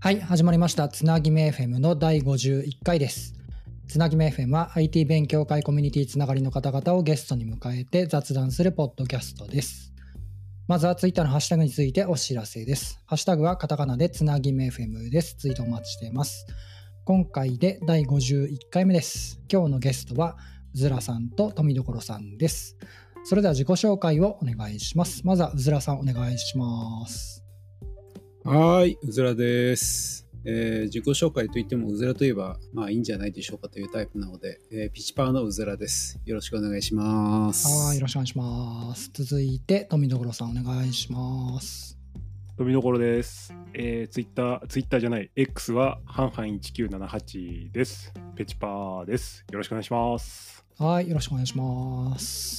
はい、始まりました。つなぎめ FM の第51回です。つなぎめ FM は IT 勉強会コミュニティつながりの方々をゲストに迎えて雑談するポッドキャストです。まずはツイッターのハッシュタグについてお知らせです。ハッシュタグはカタカナでつなぎめ FM です。ツイートお待ちしています。今回で第51回目です。今日のゲストはうずらさんと富所さんです。それでは自己紹介をお願いします。まずはうずらさんお願いします。 はい、うずらです。自己紹介といってもうずらといえばまあいいんじゃないでしょうかというタイプなので、ピチパーのうずらです。よろしくお願いします。 はい、よろしくお願いします。続いて富所さんお願いします。 富所です。ツイッターじゃない X はハンハン1978です。ペチパーです。よろしくお願いします。 はい、よろしくお願いします。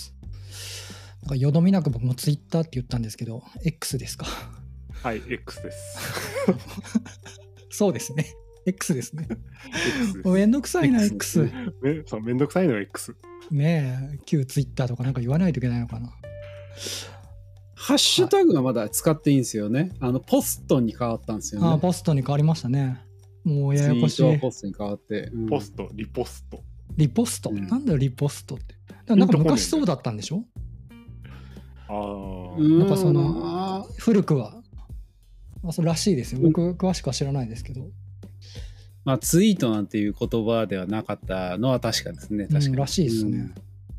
なんかよどみなく僕もツイッターって言ったんですけど X ですか？ はい、X です。 そうですね。X ですね。 X です。 めんどくさいな、X。 そう、めんどくさいのが X。 ねえ、旧ツイッターとかなんか言わないといけないのかな。 ハッシュタグはまだ使っていいんですよね。ポストに変わったんですよね。 ポストに変わりましたね。もうややこしい。 ツイートはポストに変わって。 ポスト、リポスト。 リポスト、なんだよ、リポストって。なんか昔そうだったんでしょ？なんかその、古くは。そうらしいですよ。僕詳しくは知らないですけど。 まあツイートなんていう言葉ではなかったのは確かですね。確かに。 らしいですね。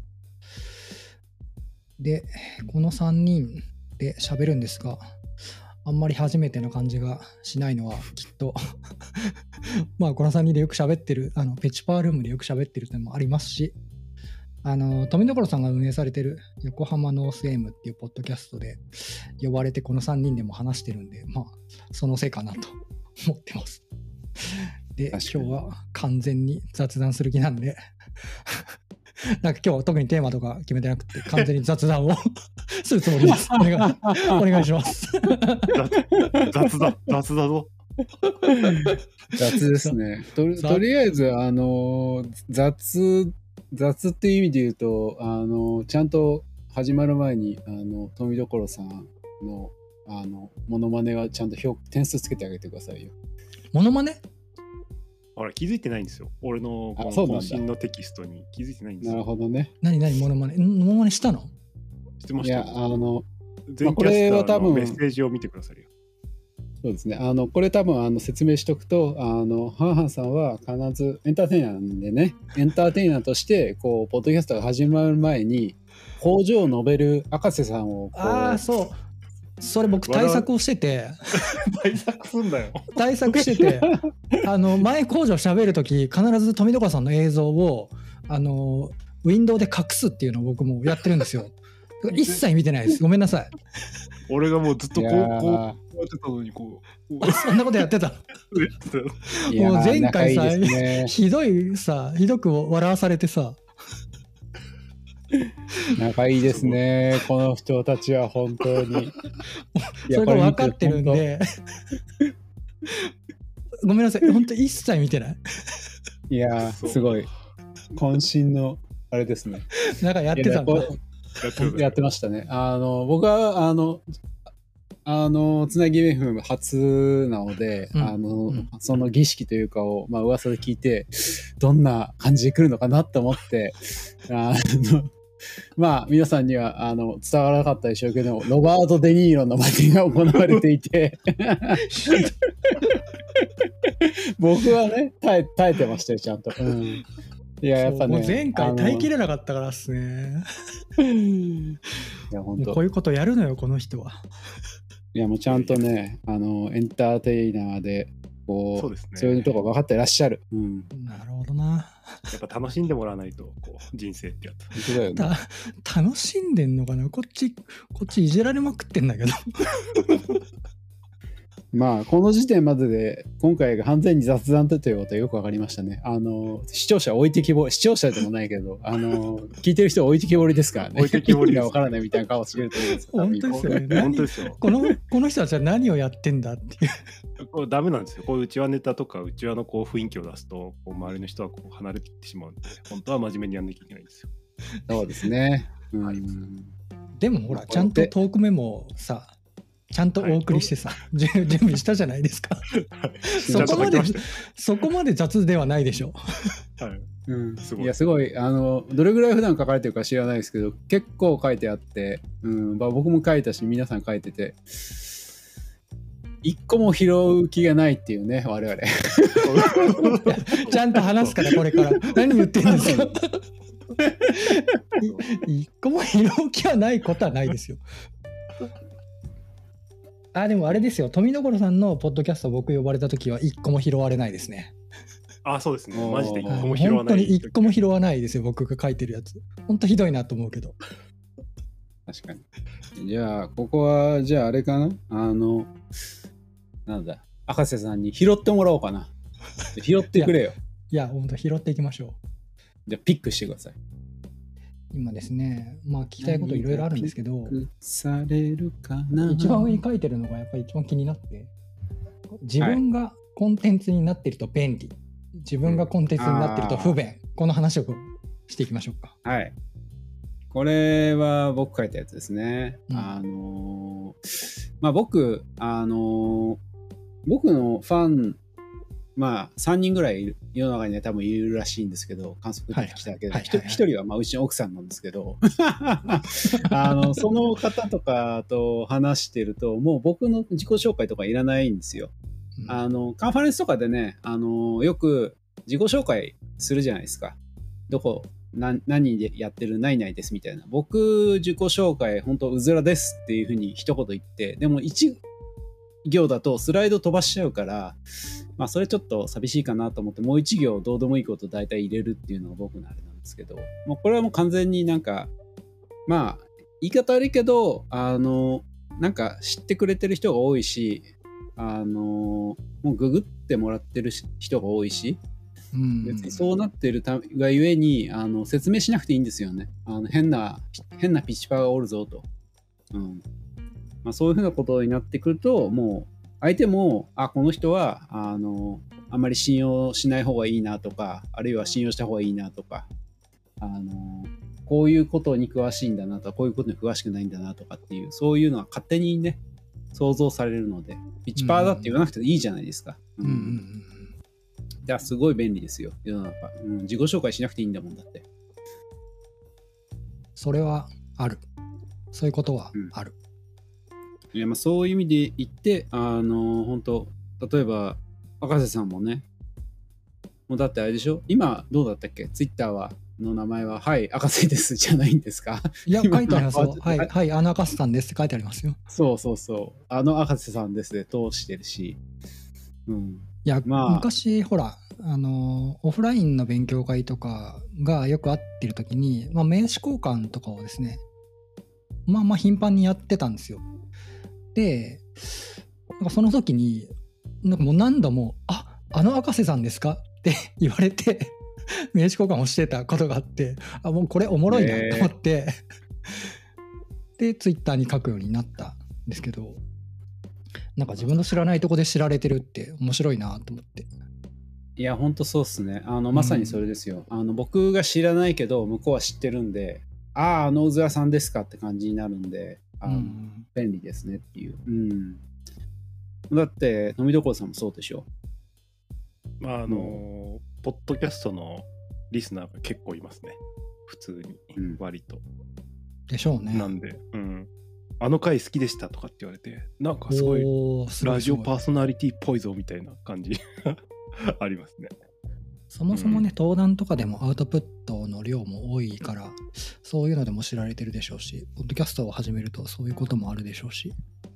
で、この3人で喋るんですが、あんまり初めてな感じがしないのはきっとまあこの3人でよく喋ってる、ペチパールームでよく喋ってるってのもありますし、富所さんが運営されてる横浜ノースエムっていうポッドキャストで呼ばれてこの3人でも話してるんで、まあそのせいかなと思ってます。で、今日は完全に雑談する気なんでなんか今日は特にテーマとか決めてなくて完全に雑談をするつもりです。お願いします。 雑だぞ。 雑ですね。とりあえず雑っていう意味で言うとちゃんと始まる前に富所さんのモノマネはちゃんと点数つけてあげてくださいよ。 モノマネ？ ほら気づいてないんですよ。俺のこの渾身のテキストに気づいてないんですよ。 なるほどね。 何モノマネしたの？ してました。 いや全キャスターのメッセージを見てくださいよ。 そうですね。これ多分説明しとくとハンハンさんは必ずエンターテイナーなんでね、エンターテイナーとしてこうポッドキャストが始まる前に工場を述べる赤瀬さんをそうそれ僕対策をしてて対策すんだよ。 対策してて前工場喋るとき必ず富所さんの映像をウィンドウで隠すっていうのを僕もやってるんですよ。一切見てないです。ごめんなさい。 俺がもうずっとこうやってたのにそんなことやってた。もう前回さ、ひどく笑わされてさ。 仲いいですね、この人たちは本当に。 それが分かってるんでごめんなさい、本当一切見てない。 いやすごい渾身のあれですね。 なんかやってたんだ。 やってましたね。僕はつなぎFM初なので、その儀式というかを、噂で聞いてどんな感じで来るのかなと思って皆さんには伝わらなかったでしょうけど、ロバート・デ・ニーロの真似が行われていて僕はね耐えてましたよちゃんと。いややっぱね、 前回耐えきれなかったからっすね。 いや本当こういうことやるのよこの人は。 いやもうちゃんとねエンターテイナーでそういうとこ分かってらっしゃる。 なるほどな。 やっぱ楽しんでもらわないと人生ってやつ。 本当だよね。 楽しんでんのかな。こっちいじられまくってんだけどこの時点までで今回が完全に雑談ということはよく分かりましたね。視聴者視聴者でもないけど聞いてる人は置いてきぼりですからね。 置いてきぼりが分からないみたいな顔してると思うんです本当ですよね。 本当ですよ。 この人たちは何をやってんだっていう。 これダメなんですよ。こういう内輪ネタとか内輪の雰囲気を出すと周りの人は離れていってしまうんで、本当は真面目にやんなきゃいけないんですよ。 そうですね。 でもほらちゃんとトークメモをさちゃんとお送りしてさ、準備したじゃないですか。そこまで雑ではないでしょ。 はい。 いやすごいどれぐらい普段書かれてるか知らないですけど、結構書いてあって、僕も書いたし皆さん書いてて、一個も拾う気がないっていうね、我々。 ちゃんと話すからこれから。何言ってんですか。一個も拾う気はないことはないですよ。でもあれですよ、富所さんのポッドキャスト僕呼ばれた時は一個も拾われないですね。 そうですね。マジで一個も拾わない。 本当に一個も拾わないですよ、僕が書いてるやつ。本当ひどいなと思うけど。 確かに。じゃあここはじゃああれかな、なんだ、赤瀬さんに拾ってもらおうかな。拾ってくれよ。 いや本当拾っていきましょう。 じゃあピックしてください。 今ですね、聞きたいこといろいろあるんですけど、 されるかな。 一番上に書いてるのがやっぱり一番気になって、自分がコンテンツになってると便利、自分がコンテンツになってると不便、この話をしていきましょうか。 はい。これは僕書いたやつですね。僕のファン3人ぐらい世の中には多分いるらしいんですけど、観測できたけど、1人はうちの奥さんなんですけどその方とかと話してると、もう僕の自己紹介とかいらないんですよ。カンファレンスとかでね、よく自己紹介するじゃないですか。何でやってる何々ですみたいな。僕自己紹介本当うずらですっていうふうに一言言って、でも1行だとスライド飛ばしちゃうから、それちょっと寂しいかなと思って、もう1行どうでもいいこと大体入れるっていうのが僕のあれなんですけど、これはもう完全になんか言い方悪いけどなんか知ってくれてる人が多いし、もうググってもらってる人が多いし、別にそうなってるがゆえに説明しなくていいんですよね。変なピッチパーがおるぞと、そういうふうなことになってくると、もう相手もこの人はあんまり信用しない方がいいなとか、あるいは信用した方がいいなとか、こういうことに詳しいんだなとか、こういうことに詳しくないんだなとかっていう、そういうのは勝手にね想像されるので、ピッチパーだって言わなくていいじゃないですか。すごい便利ですよ世の中、自己紹介しなくていいんだもん。だってそれはある、そういうことはある。 いやそういう意味で言って本当例えば赤瀬さんもね、もうだってあれでしょ、今どうだったっけ、ツイッターの名前は赤瀬ですじゃないんですか。 いや書いてありますよ。赤瀬さんですって書いてありますよ。 そう赤瀬さんですで通してるし、 いや昔ほらオフラインの勉強会とかがよく会ってる時に、名刺交換とかをですね頻繁にやってたんですよ。でなんかその時になんかもう何度も赤瀬さんですかって言われて名刺交換をしてたことがあって、もうこれおもろいなと思ってでツイッターに書くようになったんですけど、なんか自分の知らないとこで知られてるって面白いなと思って。 いや本当そうっすね。まさにそれですよ。僕が知らないけど向こうは知ってるんで、うずらさんですかって感じになるんで、便利ですねっていう。だって飲みどころさんもそうでしょ。 ポッドキャストのリスナーが結構いますね、普通に、割と。 でしょうね。 なんで、あの回好きでしたとかって言われて、なんかすごいラジオパーソナリティっぽいぞみたいな感じありますね。 そもそもね、登壇とかでもアウトプットの量も多いから、そういうのでも知られてるでしょうし、ポッドキャストを始めるとそういうこともあるでしょうし。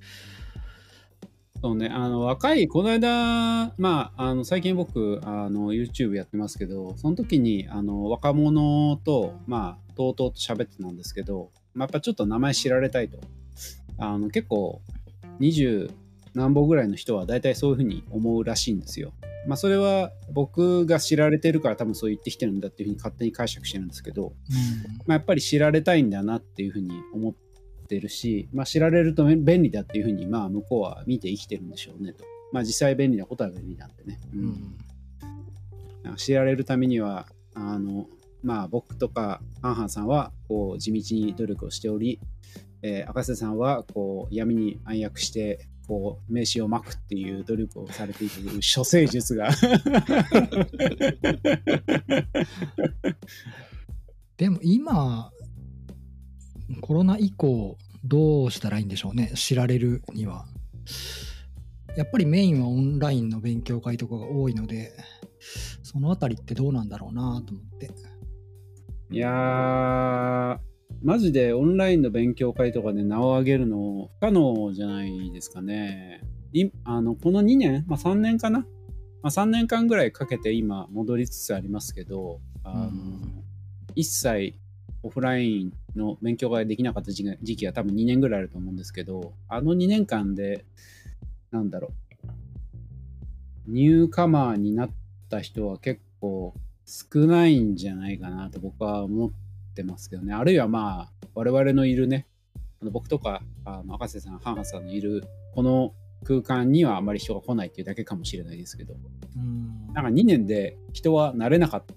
そうね、若い、この間、最近僕YouTube やってますけど、その時に若者ととうとうと喋ってたんですけど、やっぱちょっと名前知られたいと、結構20何本ぐらいの人は大体そういうふうに思うらしいんですよ。それは僕が知られてるから多分そう言ってきてるんだっていうふうに勝手に解釈してるんですけど、やっぱり知られたいんだなっていうふうに思ってるし、知られると便利だっていうふうに向こうは見て生きてるんでしょうねと。実際便利なことは便利なんでね、知られるためには僕とかハンハンさんはこう地道に努力をしており、 赤瀬さんはこう闇に暗躍してこう名刺を巻くっていう努力をされている処世術がでも今コロナ以降どうしたらいいんでしょうね、知られるには。やっぱりメインはオンラインの勉強会とかが多いので、そのあたりってどうなんだろうなと思って。 いやーマジでオンラインの勉強会とかで名を上げるの不可能じゃないですかね。この2年、3年かな、3年間ぐらいかけて今戻りつつありますけど、一切オフラインの勉強会できなかった時期が多分2年ぐらいあると思うんですけど、あの2年間でなんだろう、ニューカマーになった人は結構少ないんじゃないかなと僕は思ってますけどね。あるいはまあ我々のいるね、僕とか赤瀬さん、ハンハさんのいるこの空間にはあまり人が来ないっていうだけかもしれないですけど、なんか2年で人は慣れなかった、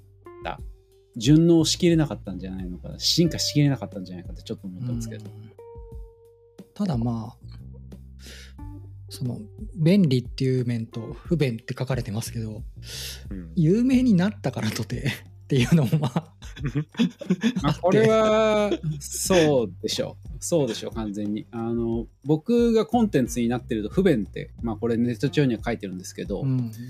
順応しきれなかったんじゃないのかな、進化しきれなかったんじゃないかってちょっと思ったんですけど。 ただまあその便利っていう面と不便って書かれてますけど、有名になったからとてっていうのもまあこれはそうでしょう、そうでしょう、完全に僕がコンテンツになってると不便って、これネット上には書いてるんですけど、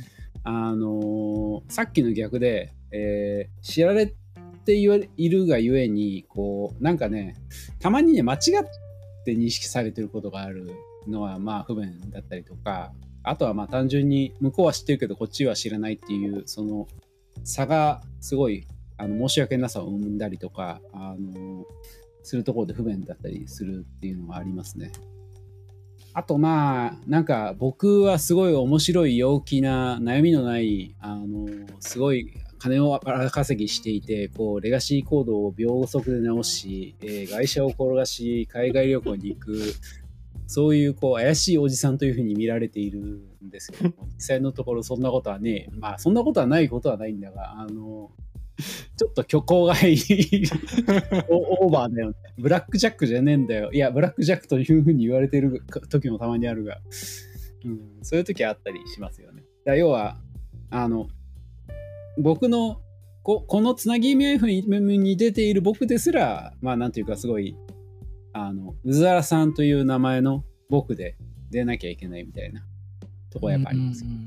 さっきの逆で、知られているがゆえにこうなんかね、たまにね間違って認識されてることがあるのはまあ不便だったりとか、あとはまあ単純に向こうは知ってるけどこっちは知らないっていうその差がすごい申し訳なさを生んだりとかするところで不便だったりするっていうのがありますね。あとまあなんか僕はすごい面白い陽気な悩みのないすごい金を荒稼ぎしていてこうレガシーコードを秒速で直し、外車を転がし海外旅行に行くそういうこう怪しいおじさんというふうに見られているんですけど実際のところそんなことはねえ、まあそんなことはないことはないんだがちょっと虚構がいいオーバーだよね。ブラックジャックじゃねえんだよ。いやブラックジャックというふうに言われてる時もたまにあるが、そういう時はあったりしますよね。だ要は僕のこのつなぎ FM に出ている僕ですらまあなんていうかすごいうずらさんという名前の僕で出なきゃいけないみたいなところやっぱありますよ。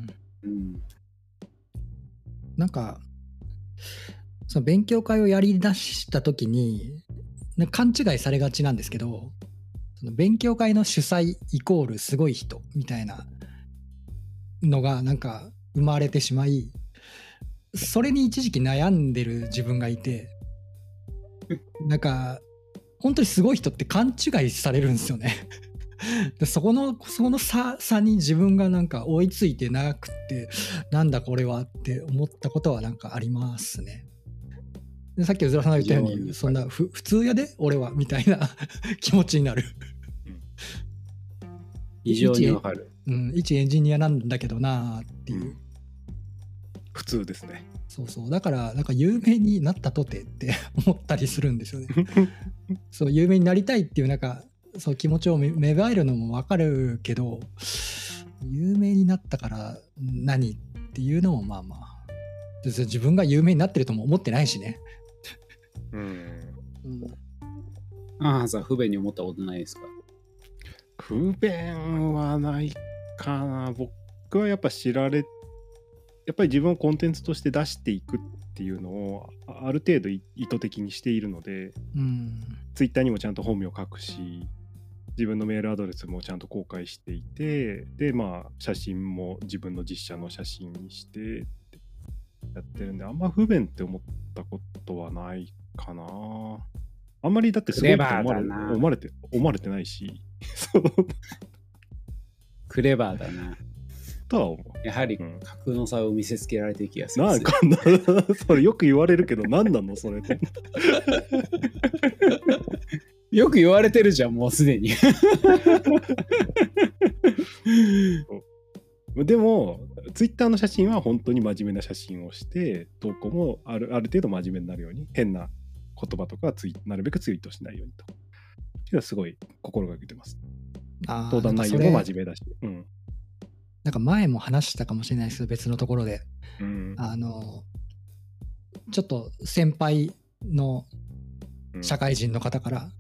なんかその勉強会をやりだした時に勘違いされがちなんですけど、その勉強会の主催イコールすごい人みたいなのがなんか生まれてしまい、それに一時期悩んでる自分がいて、なんか本当にすごい人って勘違いされるんですよねでその差に自分がなんか追いついてなくて、なんだこれはって思ったことはなんかありますね。でさっきうずらさんが言ったようにそんな普通やで俺はみたいな気持ちになる非常にわかる。 一エンジニアなんだけどなっていう、 普通ですね。 そうだからなんか有名になったとてって思ったりするんですよねそう有名になりたいっていうなんかそう気持ちを芽生えるのもわかるけど、有名になったから何っていうのもまあまあ自分が有名になってるとも思ってないしね。 さん不便に思ったことないですか？ 不便はないかな。僕はやっぱやっぱり自分をコンテンツとして出していくっていうのをある程度意図的にしているので、ツイッターにもちゃんと本名を書くし、自分のメールアドレスもちゃんと公開していて、でまあ写真も自分の実写の写真にしてやってるんで、あんま不便って思ったことはないかな。あんまりだってすごいと思われてないしクレバーだなとは思う。 やはり格の差を見せつけられてる気がする。 なんかそれよく言われるけど何なのそれってよく言われてるじゃんもうすでにでもツイッターの写真は本当に真面目な写真をして投稿もある程度真面目になるように、変な言葉とかなるべくツイートしないようにというのはすごい心がけてます。 あー登壇内容なんかそれも真面目だし。うん。 なんか前も話したかもしれないですけど、別のところで、 うん。 ちょっと先輩のうん社会人の方から、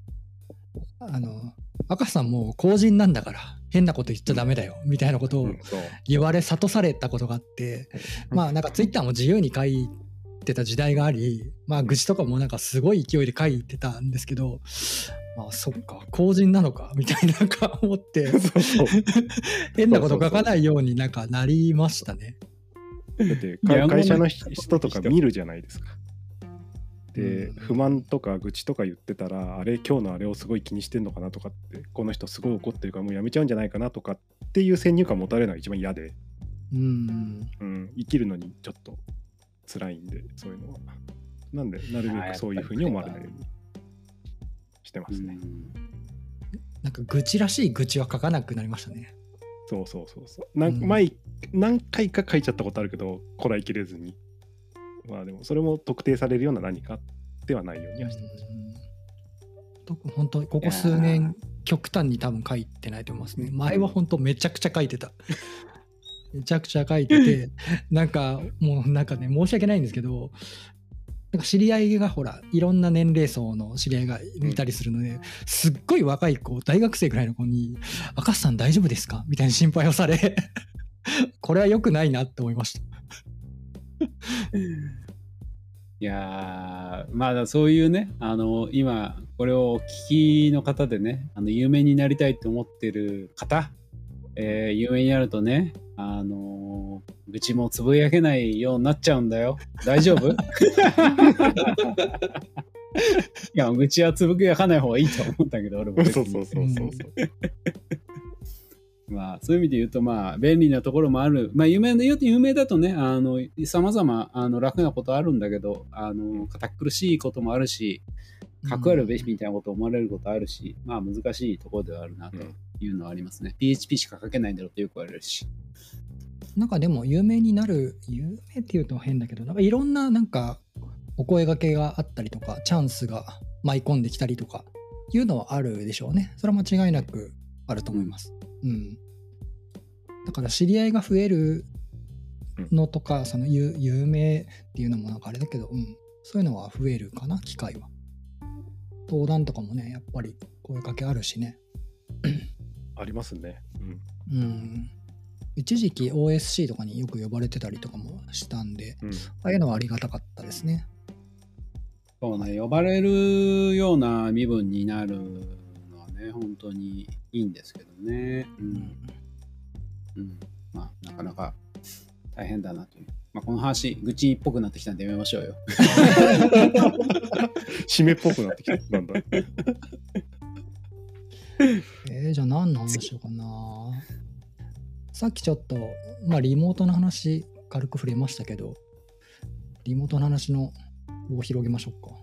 赤さんもう公人なんだから変なこと言っちゃダメだよみたいなことをそう。 言われ諭されたことがあって、まあなんかツイッターも自由に書いてた時代があり、まあ愚痴とかもなんかすごい勢いで書いてたんですけど、まあそっか公人なのかみたいななんか思ってそうそう。 変なこと書かないようになんかなりましたね。 だっていや会社の人とか見るじゃないですか。で、 うん不満とか愚痴とか言ってたら、あれ今日のあれをすごい気にしてんのかなとかって、この人すごい怒ってるからもうやめちゃうんじゃないかなとかっていう先入観持たれるのが一番嫌で、 うん生きるのにちょっと辛いんで、そういうのは。なんでなるべくそういうふうに思われないようにしてますね。 なんか愚痴らしい愚痴は書かなくなりましたね。 そうそうそうそう。 うん何回か書いちゃったことあるけど、こらえきれずに。まあでも、それも特定されるような何かではないようにはしてます。 本当ここ数年極端に多分書いてないと思いますね。前は本当めちゃくちゃ書いてた。めちゃくちゃ書いてて、なんかもうなんかね、申し訳ないんですけど、なんか知り合いがほらいろんな年齢層の知り合いがいたりするので、すっごい若い子、大学生ぐらいの子に「赤瀬さん大丈夫ですか?」みたいな心配をされこれは良くないなって思いました。 いやー、まあそういうね、今これをお聞きの方でね、有名になりたいと思ってる方、有名になるとね、愚痴もつぶやけないようになっちゃうんだよ。大丈夫？いや、愚痴はつぶやかない方がいいと思ったけど、俺も別に。 そうそうそうそうそう。 まあそういう意味で言うと、まあ便利なところもある。まあ有名だとね、様々楽なことあるんだけど、堅苦しいこともあるし、かくあるべしみたいなことを思われることあるし、まあ難しいところではあるなというのはありますね。PHP しか書けないんだろうってよく言われるし。 なんかでも有名っていうと変だけど、なんかいろんななんかお声掛けがあったりとか、チャンスが舞い込んできたりとかいうのはあるでしょうね。それは間違いなくあると思います。だから知り合いが増えるのとか、その有名っていうのもなんかあれだけど、そういうのは増えるかな、機会は。登壇とかもね、やっぱり声掛けあるしね。 ありますね。 一時期 OSC とかによく呼ばれてたりとかもしたんで、ああいうのはありがたかったですね。 そうね、呼ばれるような身分になるのはね、本当にいいんですけどね。まあなかなか大変だなという。まあこの話、愚痴っぽくなってきたんでやめましょうよ。 締めっぽくなってきた。なんだ。 じゃあ何の話しようかな。さっきちょっと、リモートの話軽く触れましたけど、リモートの話を広げましょうか。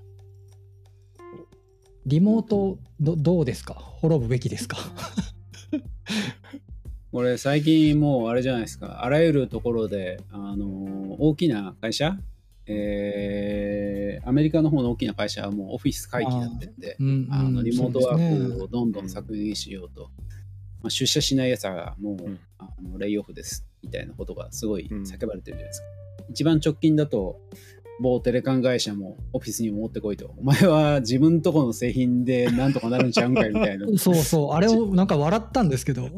リモートどうですか？滅ぶべきですか？ これ最近もうあれじゃないですか、あらゆるところで大きな会社、アメリカの方の大きな会社はもうオフィス回帰だってんで、リモートワークをどんどん削減しようと、出社しないやつはもう、レイオフですみたいなことがすごい叫ばれてるじゃないですか。一番直近だと某テレカン会社もオフィスに持ってこいと、お前は自分とこの製品でなんとかなるんちゃうんかいみたいな。 そうそう、あれをなんか笑ったんですけど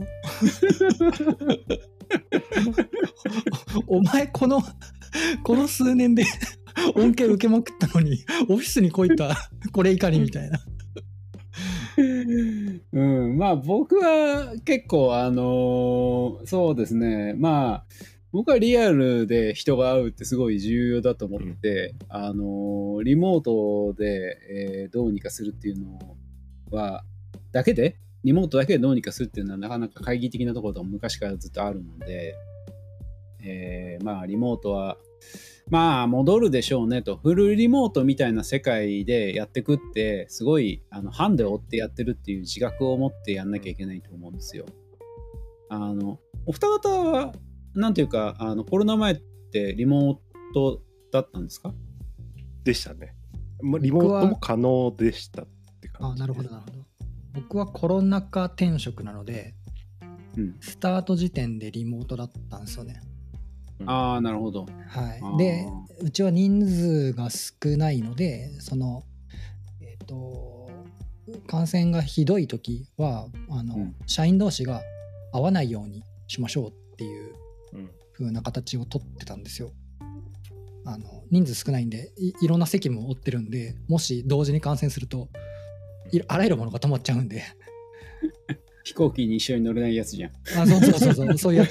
お前この数年で恩恵受けまくったのにオフィスに来いたこれいかにみたいな。 まあ僕は結構そうですね、まあ僕はリアルで人が会うってすごい重要だと思って、リモートで、どうにかするっていうのはリモートだけでどうにかするっていうのはなかなか懐疑的なところと昔からずっとあるので、まあリモートはまあ戻るでしょうねと。フルリモートみたいな世界でやってくってすごいハンデを負ってやってるっていう自覚を持ってやんなきゃいけないと思うんですよ。お二方はなんていうかコロナ前ってリモートだったんですか？ でしたね。リモートも可能でしたって感じです。 なるほどなるほど。 僕はコロナ禍転職なので、 うん。 スタート時点でリモートだったんですよね。 ああ、なるほど。 はい。で、うちは人数が少ないので、その、感染がひどい時は社員同士が会わないようにしましょうっていう風な形を取ってたんですよ。人数少ないんで いろんな責務を負ってるんで、もし同時に感染するとあらゆるものが止まっちゃうんで飛行機に一緒に乗れないやつじゃん。 そういうやつ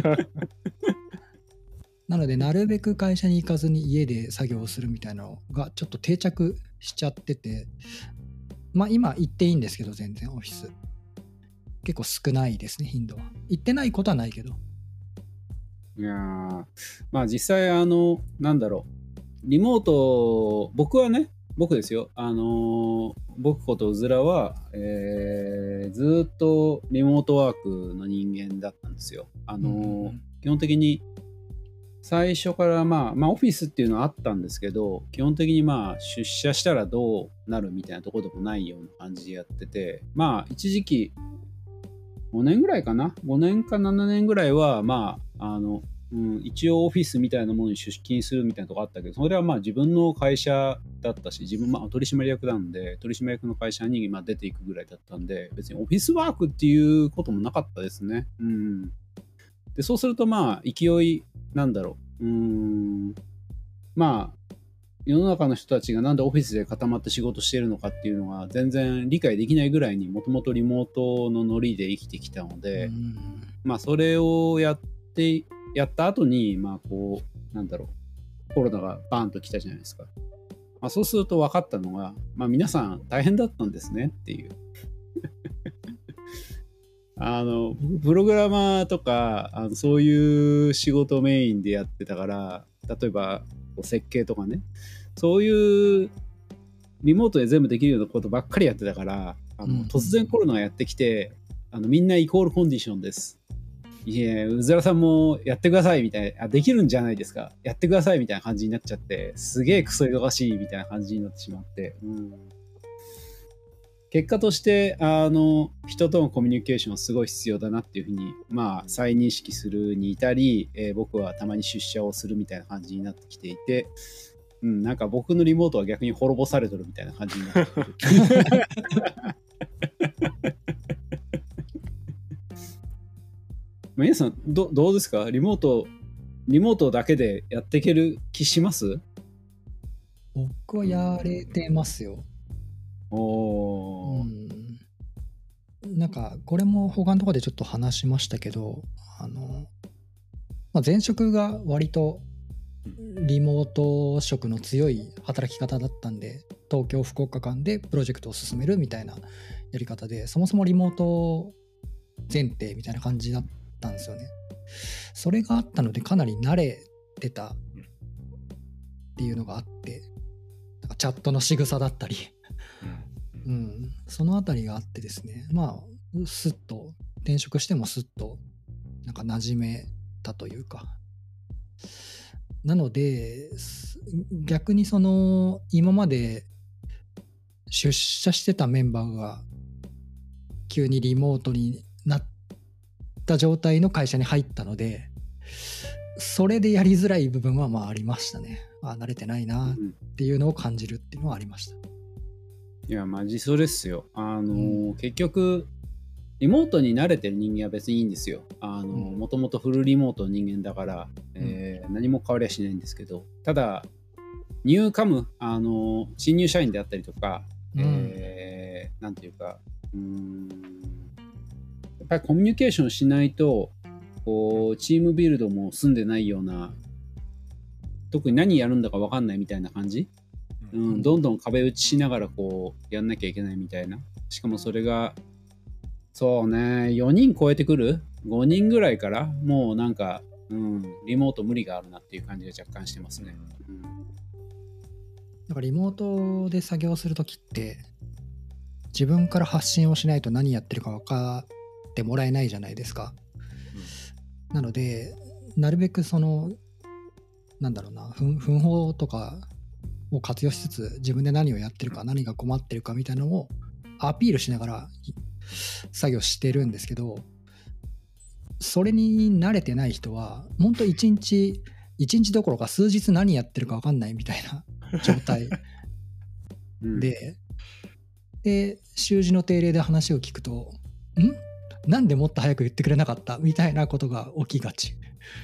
なのでなるべく会社に行かずに家で作業をするみたいなのがちょっと定着しちゃってて、まあ今行っていいんですけど、全然オフィス結構少ないですね、頻度は。行ってないことはないけど。 いやー、まあ実際なんだろう、リモート、僕ですよ、僕ことうずらは、ずっとリモートワークの人間だったんですよ。基本的に最初からまあオフィスっていうのはあったんですけど、基本的にまあ出社したらどうなるみたいなところでもないような感じでやってて、まあ一時期5年ぐらいかな、5年か7年ぐらいはまあ一応オフィスみたいなものに出勤するみたいなとこあったけど、それはまあ自分の会社だったし、自分取締役なんで取締役の会社に出ていくぐらいだったんで、別にオフィスワークっていうこともなかったですね。でそうするとまあ勢いまあ世の中の人たちがなんでオフィスで固まって仕事してるのかっていうのが全然理解できないぐらいにもともとリモートのノリで生きてきたので、まあそれをやった後にコロナがバーンと来たじゃないですか。そうすると分かったのが、皆さん大変だったんですねっていうプログラマーとかそういう仕事をメインでやってたから、例えば設計とかね、そういうリモートで全部できるようなことばっかりやってたから、突然コロナがやってきてみんなイコールコンディションです、いやうずらさんもやってくださいみたいな、できるんじゃないですか、やってくださいみたいな感じになっちゃって、すげえクソ忙しいみたいな感じになってしまって、結果として人とのコミュニケーションはすごい必要だなっていうふうに再認識するに至り、僕はたまに出社をするみたいな感じになってきていて、なんか僕のリモートは逆に滅ぼされてるみたいな感じになってる皆さんどうですか、リモートだけでやっていける気します？ 僕はやれてますよ。なんかこれも他のところでちょっと話しましたけど、前職が割とリモート職の強い働き方だったんで、東京福岡間でプロジェクトを進めるみたいなやり方で、そもそもリモート前提みたいな感じだったんですよね。それがあったのでかなり慣れてたっていうのがあって、なんかチャットの仕草だったりそのあたりがあってですね、スッと転職してもスッとなんか馴染めたというか、なので逆に今まで出社してたメンバーが急にリモートになった状態の会社に入ったので、それでやりづらい部分はありましたね。慣れてないなっていうのを感じるっていうのはありました。 いやマジそうですよ。結局リモートに慣れてる人間は別にいいんですよ。もともとフルリモートの人間だから、何も変わりはしないんですけど、ただニューカム新入社員であったりとか、なんていうかやっぱりコミュニケーションしないとチームビルドも済んでないような、特に何やるんだか分かんないみたいな感じ、どんどん壁打ちしながらやんなきゃいけないみたいな。しかもそれがそうね、4人超えてくる5人ぐらいからもうなんか、リモート無理があるなっていう感じが若干してますね。 だからリモートで作業するときって自分から発信をしないと何やってるか分かってもらえないじゃないですか。なのでなるべく奮法とかを活用しつつ、自分で何をやってるか、何が困ってるかみたいなのをアピールしながら作業してるんですけど、それに慣れてない人は本当一日どころか数日何やってるか分かんないみたいな状態で、習字の定例で話を聞くと、なんでもっと早く言ってくれなかったみたいなことが起きがち。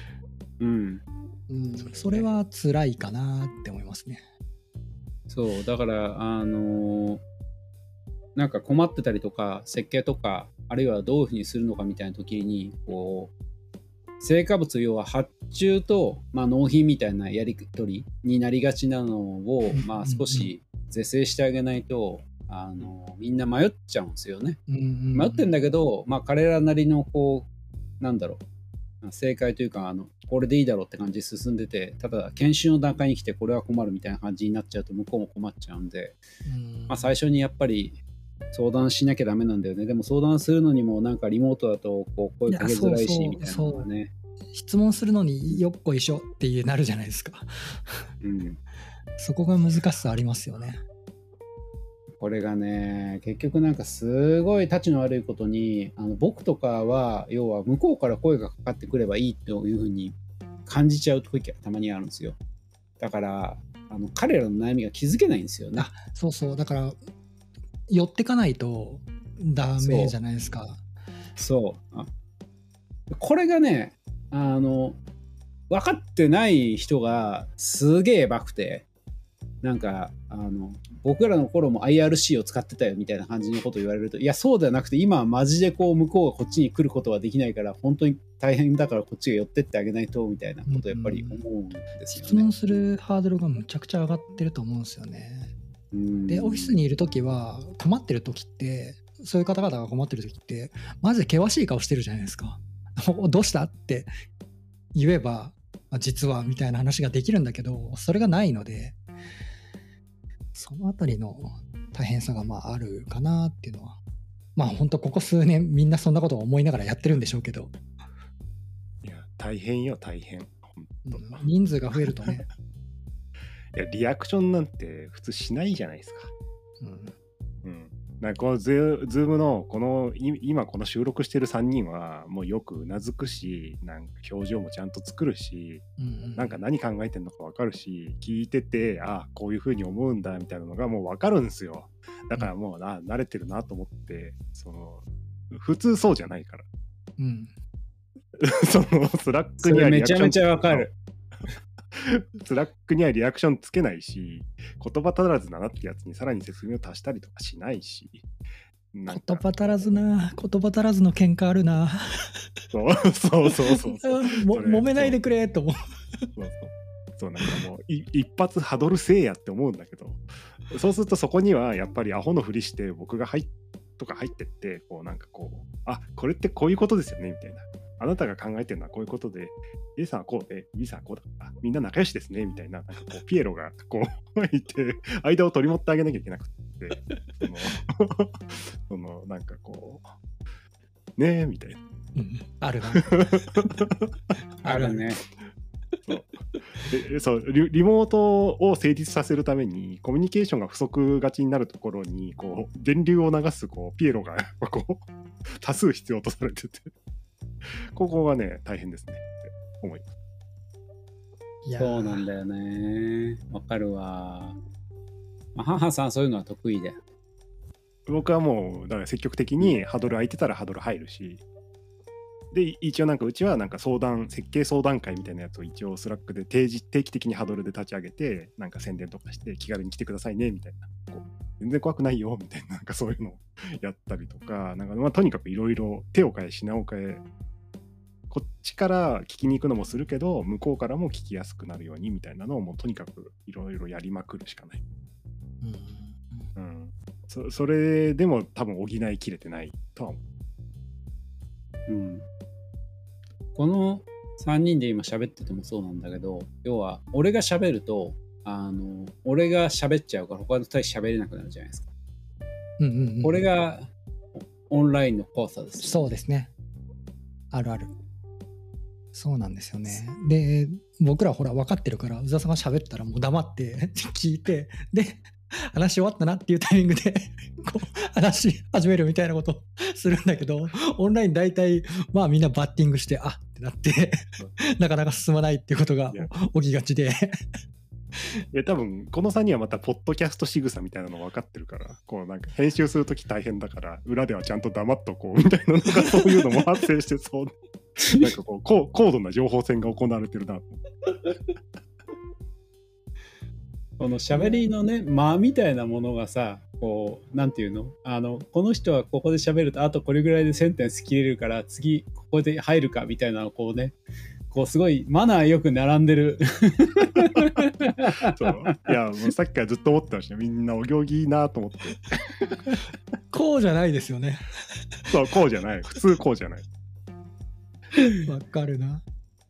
それは辛いかなって思いますね。 そうだからなんか困ってたりとか設計とかあるいはどういうふうにするのかみたいな時にこう成果物要は発注と、納品みたいなやり取りになりがちなのを、少し是正してあげないとみんな迷っちゃうんですよね。迷ってんだけど、彼らなりのこうなんだろう正解というかこれでいいだろうって感じで進んでて、ただ研修の段階に来てこれは困るみたいな感じになっちゃうと向こうも困っちゃうんで、最初にやっぱり相談しなきゃダメなんだよね。でも相談するのにもなんかリモートだとこう声かけづらいしみたいなのがね、 質問するのによっこいしょってなるじゃないですか。そこが難しさありますよね。 これがね結局なんかすごいたちの悪いことに僕とかは要は向こうから声がかかってくればいいというふうに感じちゃう時がたまにあるんですよ。だから彼らの悩みが気づけないんですよね。 そうだから寄ってかないとダメじゃないですか。 これがね分かってない人がすげえバクて、なんか僕らの頃も IRC を使ってたよみたいな感じのことを言われると、いやそうではなくて今はマジでこう向こうがこっちに来ることはできないから本当に大変だからこっちが寄ってってあげないとみたいなことをやっぱり思うんですよね。 質問するハードルがむちゃくちゃ上がってると思うんですよね。でオフィスにいるときは困ってるときって、そういう方々が困ってるときってマジで険しい顔してるじゃないですか。どうしたって言えば実はみたいな話ができるんだけど、それがないので、そのあたりの大変さがあるかなっていうのは、本当ここ数年みんなそんなことを思いながらやってるんでしょうけど。 いや大変よ大変。 人数が増えるとね。 いやリアクションなんて普通しないじゃないですか。なんかこのズームのこの今この収録してる3人はもうよくうなずくし、なんか表情もちゃんと作るし、なんか何考えてんのか分かるし、聞いててこういう風に思うんだみたいなのがもう分かるんですよ。だからもう慣れてるなと思って、普通そうじゃないから、そのスラックにはリアクションめちゃめちゃ分かる。 スラックにはリアクションつけないし、言葉足らずだなってやつにさらに説明を足したりとかしないし、 言葉足らずの喧嘩あるな。 そう揉めないでくれと思う。 そうなんかもう一発ハドルせえやって思うんだけど、そうするとそこにはやっぱりアホのふりして僕が入ってってこれってこういうことですよねみたいな。あなたが考えてるのはこういうことで、A さんはこうで、B さんはこうだ。みんな仲良しですねみたいな、ピエロがいて、間を取り持ってあげなきゃいけなくて、なんかねえみたいな。 あるな。 あるね。 リモートを成立させるためにコミュニケーションが不足がちになるところに電流を流すピエロが多数必要とされてて、ここがね大変ですねって思います。 そうなんだよね。わかるわ。母さんそういうのは得意で。 僕はもうだから積極的にハドル空いてたらハドル入るし、で一応なんかうちはなんか設計相談会みたいなやつを一応スラックで定期的にハドルで立ち上げて、なんか宣伝とかして気軽に来てくださいねみたいな、全然怖くないよみたいな、なんかそういうのをやったりとか、なんかとにかくいろいろ手を変え品を変え、こっちから聞きに行くのもするけど向こうからも聞きやすくなるようにみたいなのをもうとにかくいろいろやりまくるしかない。それでも多分補いきれてないとは思う。 この3人で今喋っててもそうなんだけど、要は俺が喋ると俺が喋っちゃうから他の2人喋れなくなるじゃないですか。これがオンラインの怖さです、ね。 そうですね。あるある。そうなんですよね。で僕らほら分かってるから、宇沢さんが喋ったらもう黙って聞いて、で話し終わったなっていうタイミングでこう話し始めるみたいなことをするんだけど、オンライン大体まあみんなバッティングしてあってなってなかなか進まないっていうことが起きがちで多分この3人はまたポッドキャスト仕草みたいなの分かってるから、こうなんか編集するとき大変だから裏ではちゃんと黙っとこうみたいなのがそういうのも発生してそうなんかこう高度な情報戦が行われてるなと。 この喋りのね間みたいなものがさ、こうなんていうの、この人はここで喋るとあとこれぐらいでセンテンス切れるから次ここで入るかみたいなのをこうね、こうすごいマナーよく並んでるそういやもうさっきからずっと思ってました。みんなお行儀いいなと思ってこうじゃないですよね。 そうこうじゃない、普通こうじゃない。 わかるな。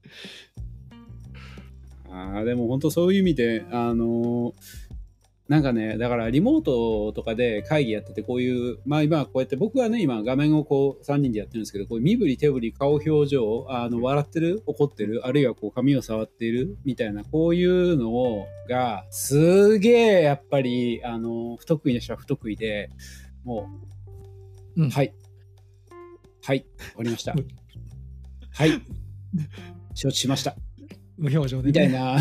でも本当そういう意味でなんかね、だからリモートとかで会議やってて、こういう、まあ今こうやって僕はね、今画面をこう3人でやってるんですけど、こういう身振り手振り顔表情、笑ってる、怒ってる、あるいはこう髪を触っているみたいな、こういうのがすげえやっぱり不得意な人は不得意で、もう、はい終わりました、はい承知しました無表情で、 みたいな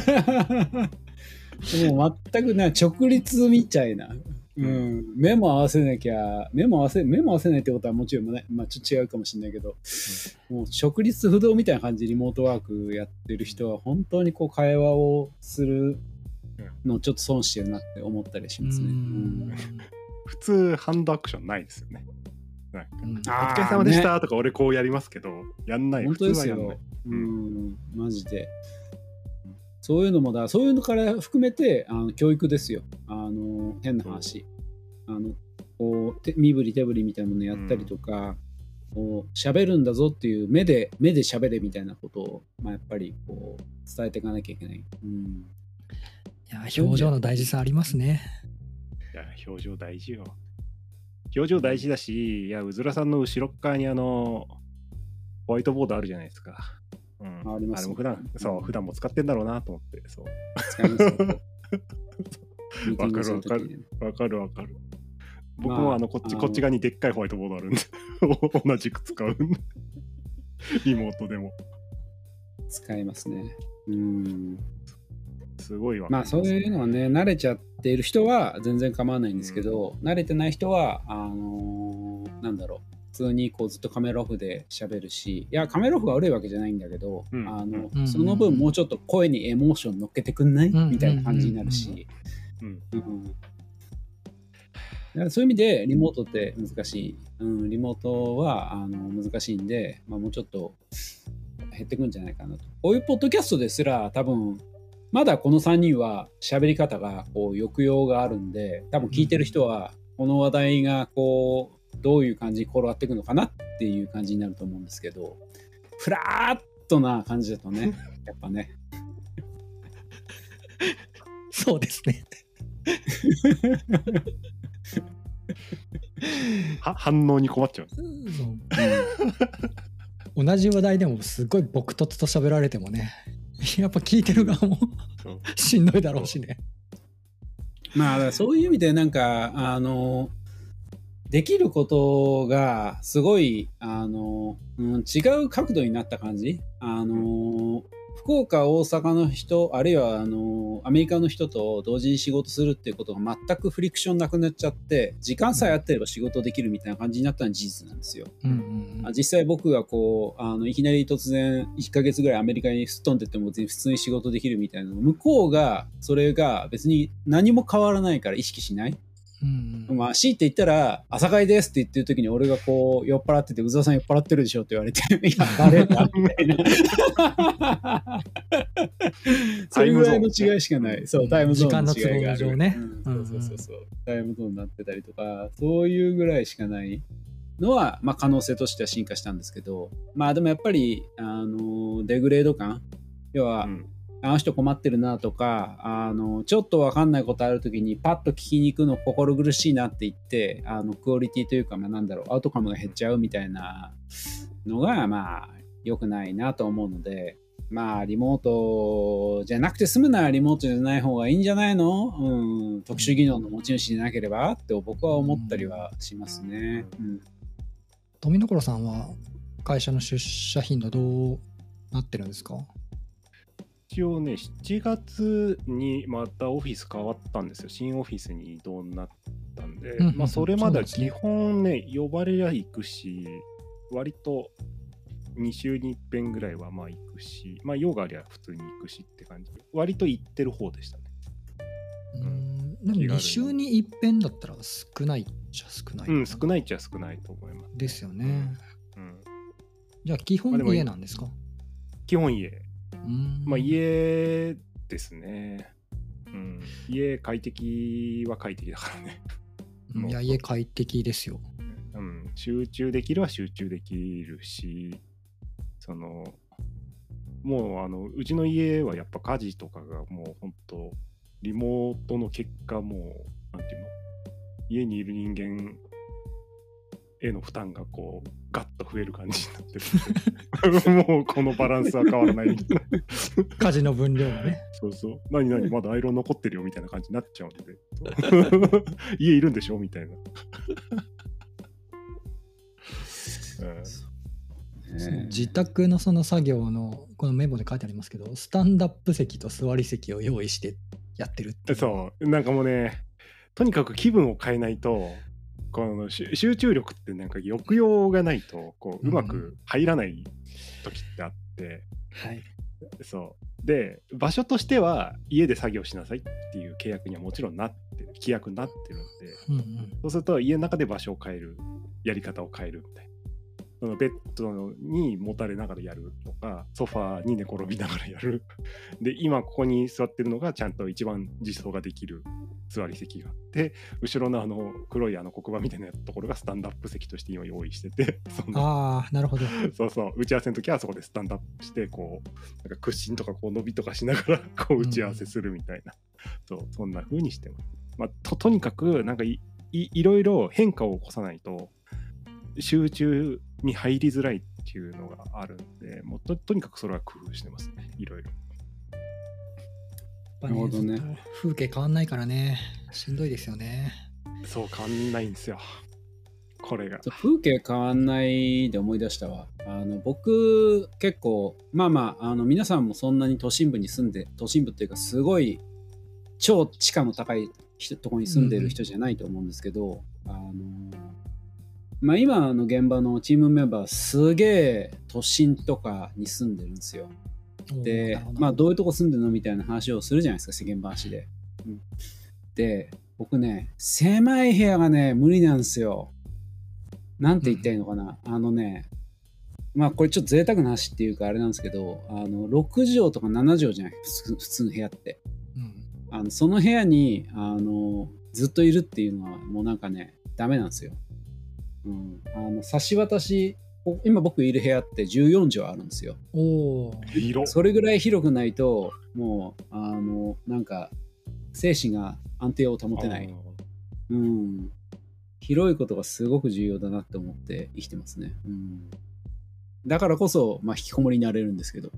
もう全くね直立みたいな、目も合わせなきゃ、目も合わせないってことはもちろんね、まあ、ちょっと違うかもしれないけど、もう直立不動みたいな感じでリモートワークやってる人は本当にこう会話をするのをちょっと損してるなって思ったりしますね。 普通ハンドアクションないですよね。なんかお疲れ様でしたとか俺こうやりますけど、やんない。 本当ですよ。 普通はやんない。 マジで。そういうのもそういうのから含めて教育ですよ。変な話。こう身振り手振りみたいなものやったりとか、こう喋るんだぞっていう目で喋れみたいなことを、まあ、やっぱりこう伝えていかなきゃいけない。いや表情の大事さありますね。 いや表情大事よ。表情大事だし、いやうずらさんの後ろっ側にホワイトボードあるじゃないですか。 あります。 あれも普段も使ってんだろうなと思って、そう。 使いますよ。 わかる。僕もこっち側にでっかいホワイトボードあるんで同じく使うリモートでも使いますね。 すごいわ。 まあそういうのはね、慣れちゃっている人は全然構わないんですけど、慣れてない人はなんだろう、普通にこうずっとカメラオフで喋るし、いやカメラオフが悪いわけじゃないんだけど、その分もうちょっと声にエモーション乗っけてくんない、みたいな感じになるし、だからそういう意味でリモートって難しい、リモートは難しいんで、まあ、もうちょっと減ってくんじゃないかなと。こういうポッドキャストですら多分まだこの3人は喋り方がこう抑揚があるんで、多分聞いてる人はこの話題がこうどういう感じに転がっていくのかなっていう感じになると思うんですけど、フラーッとな感じだとねやっぱねそうですね反応に困っちゃう。 同じ話題でもすごい朴突と喋られてもね、やっぱ聞いてる側もしんどいだろうしね。 まあだからそういう意味でなんかできることがすごい違う角度になった感じ。福岡大阪の人あるいはアメリカの人と同時に仕事するっていうことが全くフリクションなくなっちゃって、時間さえ合ってれば仕事できるみたいな感じになったのは事実なんですよ。実際僕がこういきなり突然1ヶ月ぐらいアメリカにすっ飛んでっても普通に仕事できるみたいなの、向こうがそれが別に何も変わらないから意識しない。まあ強いて言ったら朝会ですって言ってる時に俺がこう酔っ払ってて、宇沢さん酔っ払ってるでしょって言われていや誰だみたいなそれぐらいの違いしかない。そうタイムゾーンの違いがある。時間の都合上ね。そうタイムゾーンになってたりとか、そういうぐらいしかないのは、まあ、可能性としては進化したんですけど、まあでもやっぱりデグレード感、要は、あの人困ってるなとか、ちょっと分かんないことあるときにパッと聞きに行くの心苦しいなって言ってクオリティというか、まあ、なんだろう、アウトカムが減っちゃうみたいなのがまあ良くないなと思うので、 まあリモートじゃなくて済むならリモートじゃない方がいいんじゃないの、特殊技能の持ち主でなければって僕は思ったりはしますね。 富所さんは会社の出社頻度どうなってるんですか？ 一応ね、7月にまたオフィス変わったんですよ。新オフィスに移動になったんで、まあそれまでは基本ね、呼ばれりゃ行くし、割と2週に1遍ぐらいはまあ行くし、まあ用がありゃ普通に行くしって感じで、割と行ってる方でしたね。 でも2週に1遍だったら少ないっちゃ少ない。 少ないっちゃ少ないと思います。 ですよね。じゃあ基本家なんですか？ 基本家。まあ家ですね。家快適は快適だからね。 いや、家快適ですよ。 集中できるは集中できるし、もううちの家はやっぱ家事とかがもう本当リモートの結果、もうなんていうの、家にいる人間への負担がこうガッと増える感じになってるもうこのバランスは変わらないみたいな家事の分量がね。 そう何まだアイロン残ってるよみたいな感じになっちゃうんで家いるんでしょみたいな自宅のその作業のこのメモで書いてありますけど、スタンダップ席と座り席を用意してやってるって。 そうなんかもうね、とにかく気分を変えないと、この集中力ってなんか抑揚がないとこううまく入らない時ってあって、そうで場所としては家で作業しなさいっていう契約にはもちろんなってる、規約になってるんで、そうすると家の中で場所を変える、やり方を変えるみたいな、そのベッドにもたれながらやるとか、ソファーに寝転びながらやるで、今ここに座ってるのがちゃんと一番実装ができる座り席があって、後ろの黒い黒板みたいなところがスタンドアップ席として今用意してて、 なるほど。 そう打ち合わせの時はそこでスタンドアップして、こうなんか屈伸とかこう伸びとかしながらこう打ち合わせするみたいな、そんな風にしてます。まあ、とにかくなんかいろいろ変化を起こさないと集中に入りづらいっていうのがあるんで、もう とにかくそれは工夫してますね、いろいろ。 なるほどね。 風景変わんないからね、しんどいですよね。 そう変わんないんですよ、これが。 風景変わんないで思い出したわ。僕結構皆さんもそんなに都心部っていうかすごい超地価の高いところに住んでる人じゃないと思うんですけど、今の現場のチームメンバーすげえ都心とかに住んでるんですよ。で、どういうとこ住んでるのみたいな話をするじゃないですか、世間話で。で、僕ね、狭い部屋がね、無理なんですよ。なんて言ったらいいのかな。これちょっと贅沢な話っていうかあれなんですけど、6畳とか7畳じゃない、普通の部屋って。その部屋にずっといるっていうのはもうなんかね、ダメなんですよ。差し渡し、今僕いる部屋って14畳あるんですよ。それぐらい広くないともうなんか精神が安定を保てない。広いことがすごく重要だなって思って生きてますね。だからこそ引きこもりになれるんですけど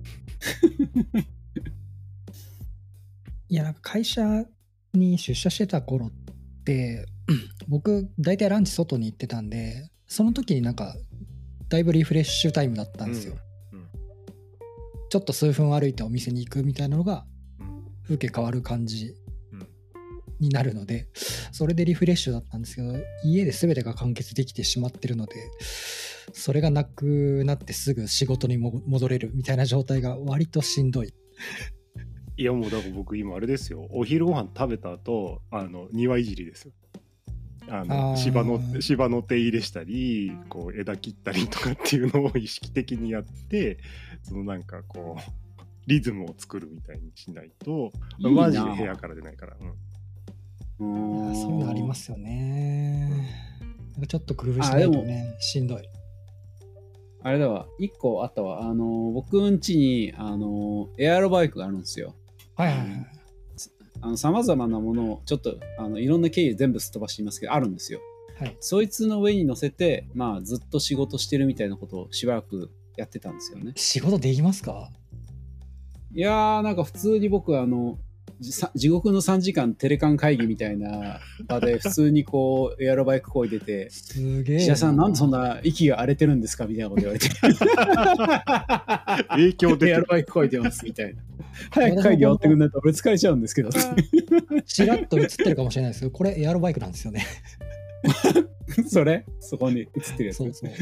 いや、なんか会社に出社してた頃って僕大体ランチ外に行ってたんで、その時になんかだいぶリフレッシュタイムだったんですよ。ちょっと数分歩いてお店に行くみたいなのが風景変わる感じになるので、それでリフレッシュだったんですけど、家で全てが完結できてしまってるので、それがなくなってすぐ仕事に戻れるみたいな状態が割としんどい。 いやもうだから僕今あれですよ、お昼ご飯食べた後庭いじりですよ。芝の手入れしたり、こう枝切ったりとかっていうのを意識的にやって、なんかこうリズムを作るみたいにしないとマジで部屋から出ないから。 そういうのありますよね。なんかちょっと工夫しないとね、しんどい。 あれだわ、1個あったわ。僕ん家にエアロバイクがあるんですよ。さまざまなものをちょっといろんな経緯全部すっ飛ばしていますけどあるんですよ。そいつの上に乗せてずっと仕事してるみたいなことをしばらくやってたんですよね。 仕事できますか？ いやー、なんか普通に僕地獄の3時間テレカン会議みたいな場で普通にこうエアロバイクこいでて、 すげえ。 石田さんなんでそんな息が荒れてるんですかみたいなこと言われて影響出てる。 エアロバイクこいてますみたいな。早く会議終わってくんないと俺疲れちゃうんですけどちらっと映ってるかもしれないですけど、これエアロバイクなんですよね。 そこに映ってるやつ。 そうそう。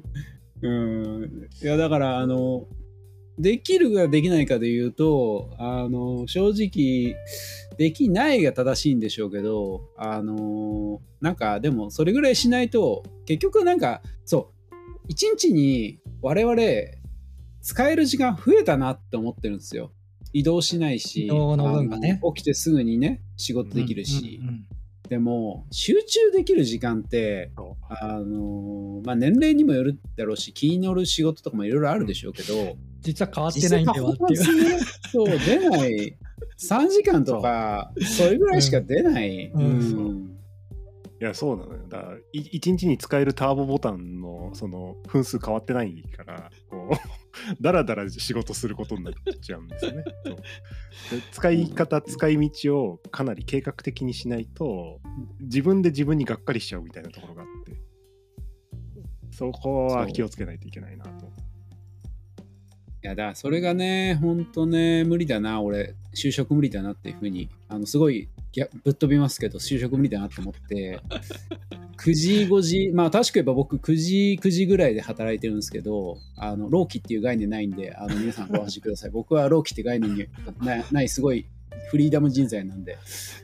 いやだからできるかできないかで言うと正直できないが正しいんでしょうけどなんかでもそれぐらいしないと結局なんかそう一日に我々使える時間増えたなって思ってるんですよ。移動しないし、 移動の分がね、 起きてすぐにね仕事できるし、でも集中できる時間ってまあ、年齢にもよるだろうし気に乗る仕事とかもいろいろあるでしょうけど、 実は変わってないんだよっていう。 そう出ない3時間とかそれぐらいしか出ない。 いやそうなのよ。だから1日に使えるターボボタンのその分数変わってないからこうだらだら仕事することになっちゃうんですよね。そうで使い方使い道をかなり計画的にしないと自分で自分にがっかりしちゃうみたいなところがあって、そこは気をつけないといけないなと。 いやだからそれがねほんとね無理だな、俺就職無理だなっていうふうにすごいぶっ飛びますけど就職無理だなと思って9時5時まあ確か言えば僕9時ぐらいで働いてるんですけど労基っていう概念ないんで皆さんご安心ください僕は労基って概念にないすごいフリーダム人材なんで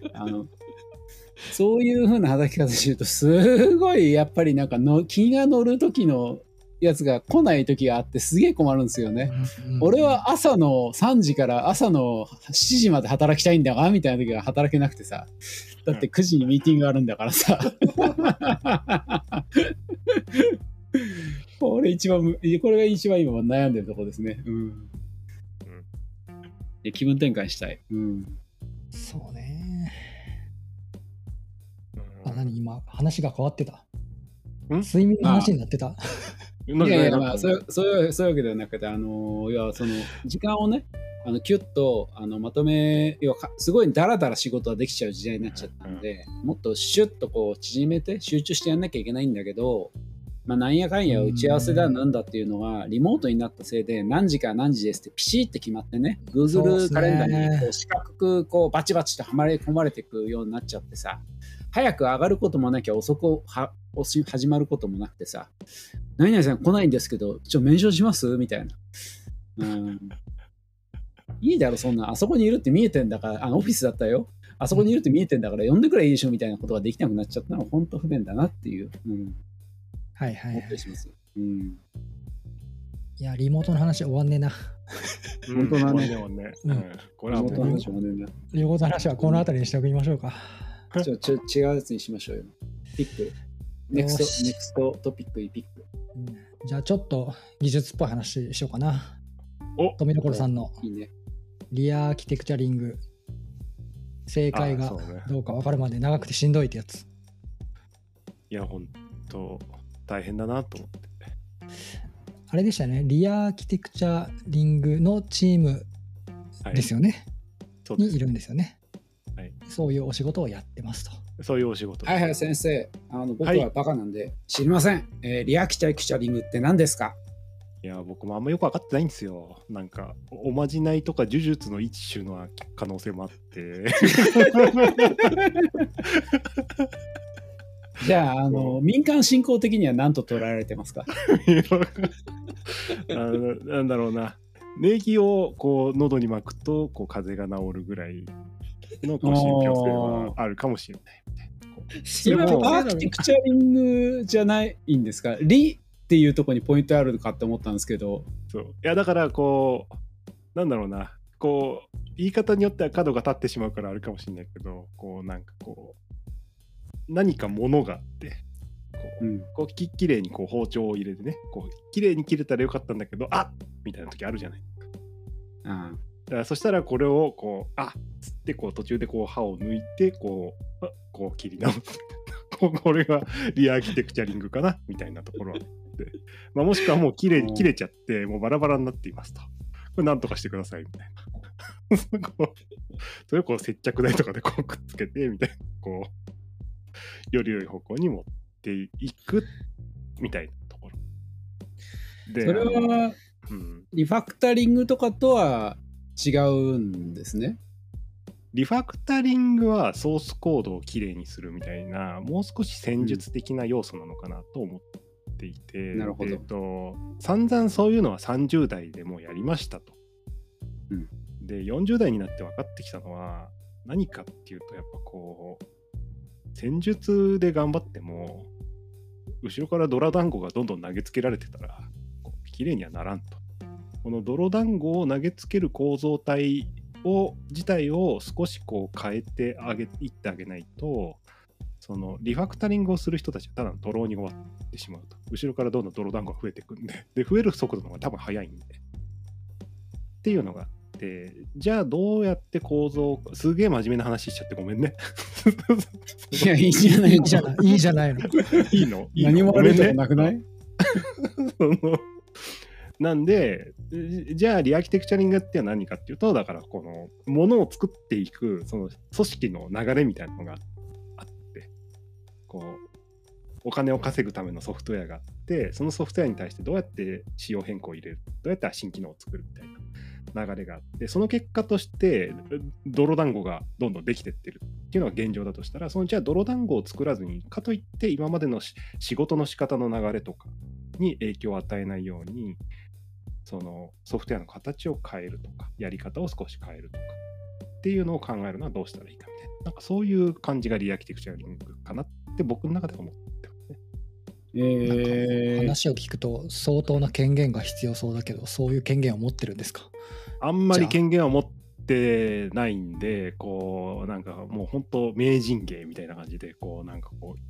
そういう風な働き方するとすごいやっぱりなんか気が乗る時のやつが来ない時があってすげえ困るんですよね。俺は朝の3時から朝の7時まで働きたいんだがみたいな時は働けなくてさ、だって9時にミーティングあるんだからさこれが一番今悩んでるところですね。気分転換したい。 そうね。何今話が変わってた？睡眠の話になってた？ いやまあそういうわけではなくていやその時間をねキュッとまとめすごいダラダラ仕事はできちゃう時代になっちゃったんで、もっとシュッとこう縮めて集中してやんなきゃいけないんだけど、まあなんやかんや打ち合わせだなんだっていうのはリモートになったせいで何時から何時ですってピシッて決まってね Google カレンダーにこう四角くこうバチバチとはまり込まれていくようになっちゃってさ、早く上がることもなきゃ遅く始まることもなくてさ、何々さん来ないんですけど面証しますみたいな。いいだろそんな、あそこにいるって見えてんだからオフィスだったよ、あそこにいるって見えてんだから呼んでくらいいいでしょみたいなことができなくなっちゃったのは本当不便だなっていう、 はいはい、 思ったりします。 いやリモートの話終わんねえな。 本当だね。 これはもうリモートの話はこの辺りにしておきましょうか。 違うやつにしましょうよ。ピック。ネクストトピックにピック。 じゃあちょっと技術っぽい話しようかな。富所さんのリアーキテクチャリング、正解がどうか分かるまで長くてしんどいってやつ。 いやほんと大変だなと思って。 あれでしたね、リアーキテクチャリングのチームですよね、にいるんですよね。そういうお仕事をやってますと。 そういうお仕事。 はいはい先生、僕はバカなんで知りません。リアーキテクチャリングって何ですか？ いや僕もあんまよく分かってないんですよ。なんかおまじないとか呪術の一種の可能性もあってじゃあ民間信仰的には何と捉えられてますか？ なんだろうな、ネギをこう喉に巻くとこう風邪が治るぐらいのこう信憑性はあるかもしれないみたいな。 それはアーキテクチャリングじゃないんですか？リっていうところにポイントあるのかって思ったんですけど。 そういやだからこうなんだろうな、こう言い方によっては角が立ってしまうからあるかもしれないけど、こうなんかこう何か物があってこうきれいにこう包丁を入れてね、こうきれいに切れたらよかったんだけどあっみたいな時あるじゃない。だからそしたらこれをこうつってこう途中でこう刃を抜いてこう切り直すこれがリアーキテクチャリングかなみたいなところはで、もしくはもう切れちゃってもうバラバラになっていますと、これなんとかしてくださいみたいな。 それをこう接着剤とかでこうくっつけてみたいな、こうより良い方向に持っていくみたいなところで、 それはリファクタリングとかとは違うんですね。 リファクタリングはソースコードをきれいにするみたいな、もう少し戦術的な要素なのかなと思っていて、 なるほど。 散々そういうのは30代でもうやりましたと。で、40代になって分かってきたのは何かっていうと、やっぱこう戦術で頑張っても後ろから泥団子がどんどん投げつけられてたらきれいにはならんと。この泥団子を投げつける構造体自体を少しこう変えていってあげないと、そのリファクタリングをする人たちはただのドローに終わってしまうと。後ろからどんどん泥団子が増えていくんで、増える速度の方が多分速いんでっていうのがあって、じゃあどうやって構造、すげえ真面目な話しちゃってごめんね。 いや、いいじゃないの。 いいじゃないの。 いいの何も悪いとこなくない？ なんで、じゃあリアーキテクチャリングって何かっていうと、だからこのものを作っていくその組織の流れみたいなのがあって、こうお金を稼ぐためのソフトウェアがあって、そのソフトウェアに対してどうやって仕様変更を入れる、どうやって新機能を作るみたいな流れがあって、その結果として泥団子がどんどんできてってるっていうのが現状だとしたら、そのじゃあ泥団子を作らずに、かといって今までの仕事の仕方の流れとかに影響を与えないように、そのソフトウェアの形を変えるとか、やり方を少し変えるとかっていうのを考えるのはどうしたらいいかみたいな、なんかそういう感じがリアーキテクチャリングかなって僕の中では思ってますね。話を聞くと相当な権限が必要そうだけど、そういう権限を持ってるんですか？ あんまり権限は持ってないんで、こうなんかもう本当名人芸みたいな感じで、こうなんかこ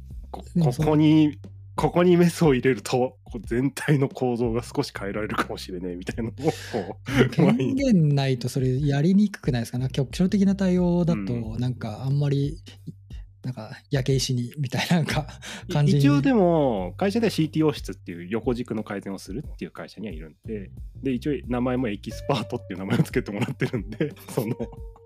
こにメスを入れると全体の構造が少し変えられるかもしれないみたいなのを権限ないとそれやりにくくないですか？局所的な対応だとなんかあんまりなんか焼け石にみたいな感じに。 一応でも会社では CTO 室っていう横軸の改善をするっていう会社にはいるんで、一応名前もエキスパートっていう名前をつけてもらってるんで、その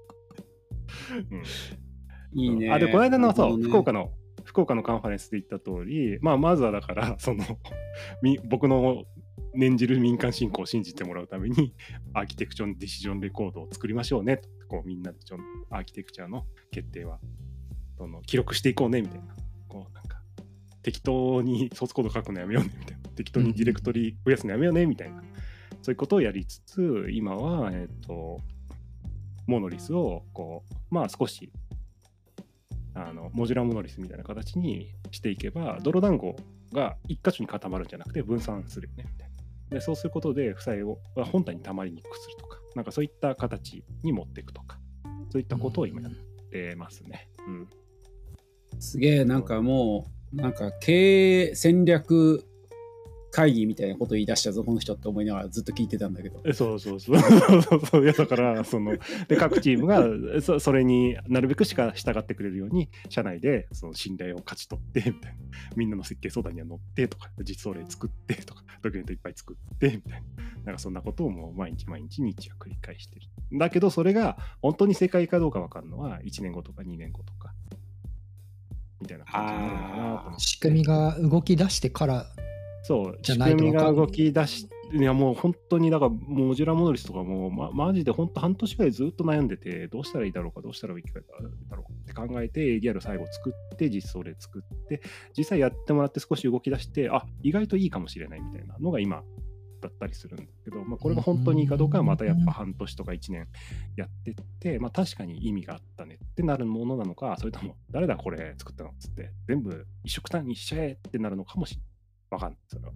いいね。 でこの間のそう、福岡のカンファレンスで言った通り、まずはだからその僕の念じる民間信仰を信じてもらうためにアーキテクチャのディシジョンレコードを作りましょうねと、こうみんなでアーキテクチャの決定は記録していこうねみたいな、こうなんか適当にソースコード書くのやめようねみたいな、適当にディレクトリ増やすのやめようねみたいな、そういうことをやりつつ、今はモノリスをこう少しモジュラーモノリスみたいな形にしていけば、泥団子が一箇所に固まるんじゃなくて分散するよねみたいな。でそうすることで負債が本体に溜まりにくくするとか、なんかそういった形に持っていくとか、そういったことを今やってますね。 すげえ、なんかもうなんか経営戦略会議みたいなこと言い出したぞこの人って思いながらずっと聞いてたんだけど。 そういやだからで各チームがそれになるべく従ってくれるように社内でその信頼を勝ち取ってみたいな、みんなの設計相談には乗ってとか、実装例作ってとか、ドキュメントいっぱい作ってみたいな、なんかそんなことをもう毎日日は繰り返してる。だけどそれが本当に正解かどうか分かるのは1年後とか2年後とかみたいな感じになるのかなと思って。 仕組みが動き出してからそう仕組みが動き出し、いやもう本当にだからモジュラモノリスとかもマジで本当半年くらいずっと悩んでて、どうしたらいいだろうかって考えて ADR 最後作って実装例作って実際やってもらって少し動き出して、意外といいかもしれないみたいなのが今だったりするんだけど、これが本当にいいかどうかはまたやっぱ半年とか1年やってって、確かに意味があったねってなるものなのか、それとも誰だこれ作ったのっつって全部一緒くたにしちゃえってなるのかもしれない。わかんない。それは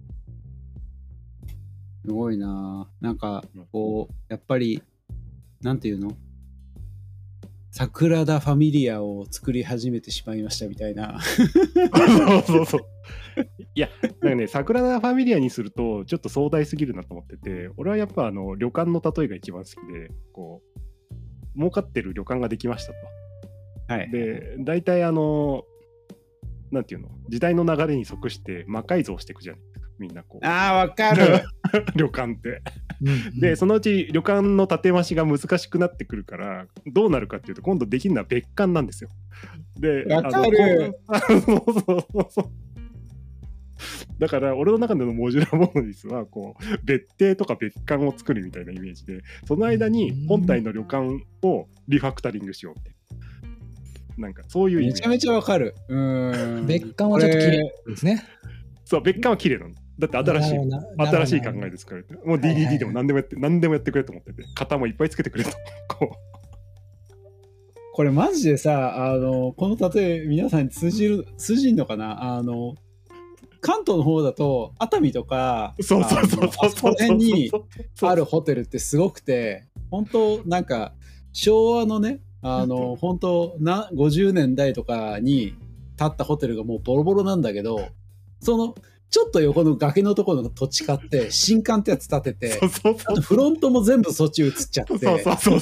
すごいな。なんかこうやっぱりなんていうの、サグラダ・ファミリアを作り始めてしまいましたみたいな。 そういやなんかね、サグラダ・ファミリアにするとちょっと壮大すぎるなと思ってて、俺はやっぱ旅館の例えが一番好きで、こう儲かってる旅館ができましたと。はい。で大体なんていうの、時代の流れに即して魔改造していくじゃないですか、みんなこう。 わかる。 旅館ってでそのうち旅館の建て増しが難しくなってくるからどうなるかっていうと今度できるのは別館なんですよ。でわかる。 そうだから俺の中でのモジュラモノリスはこう別邸とか別館を作るみたいなイメージで、その間に本体の旅館をリファクタリングしようってなんかそういうイメージ。 めちゃめちゃわかる。 別館はちょっと綺麗ですね。 そう別館は綺麗なの。だって新しい考えですから、もう DDD でも何でもやってくれと思ってて、型もいっぱいつけてくれとこうこれマジでさ、この例え皆さんに通じるのかな。関東の方だと熱海とかそうこの辺にあるホテルってすごくて、本当なんか昭和のね、本当50年代とかに建ったホテルがもうボロボロなんだけど、そのちょっと横の崖のところの土地買って新館ってやつ建てて、あとフロントも全部そっち移っちゃって、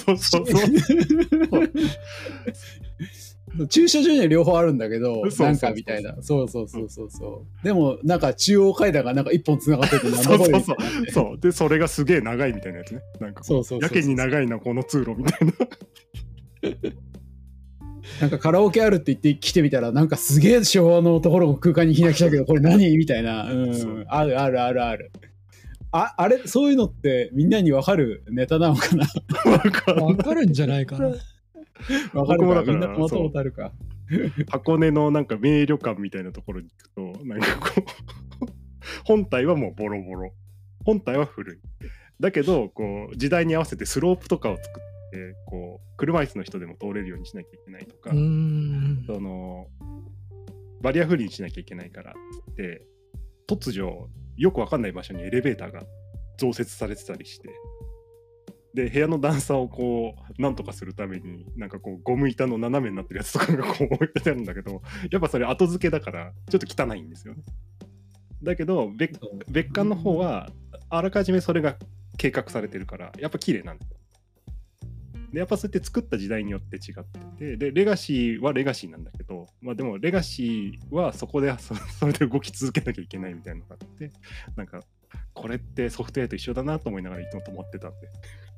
駐車場には両方あるんだけど、なんかみたいな。そう。でも、なんか中央階段がなんか一本繋がってて、 そう。で、それがすげえ長いみたいなやつね。なんか、やけに長いな、この通路みたいな。 なんかカラオケあるって言って来てみたら、なんかすげえ昭和のところも空間にひなきしたけど、これ何みたいな。ある。あれ、そういうのってみんなに分かるネタなのかな。 分かるんじゃないかな。 分かるか、みんなもともとあるか。 箱根のなんか名旅館みたいなところに行くと、なんかこう本体はもうボロボロ、本体は古いだけど、こう時代に合わせてスロープとかを作ってこう車椅子の人でも通れるようにしなきゃいけないとか、そのバリアフリーにしなきゃいけないからって突如よくわかんない場所にエレベーターが増設されてたりして、で部屋の段差をこうなんとかするためになんかこうゴム板の斜めになってるやつとかがこう置いてあるんだけど、やっぱそれ後付けだからちょっと汚いんですよね。だけど別館の方はあらかじめそれが計画されてるからやっぱ綺麗なんですよ。でやっぱそうやって作った時代によって違ってて、でレガシーはレガシーなんだけど、まあでもレガシーはそこでそれで動き続けなきゃいけないみたいなのがあって、なんかこれってソフトウェアと一緒だなと思いながらいつも止まってたんで。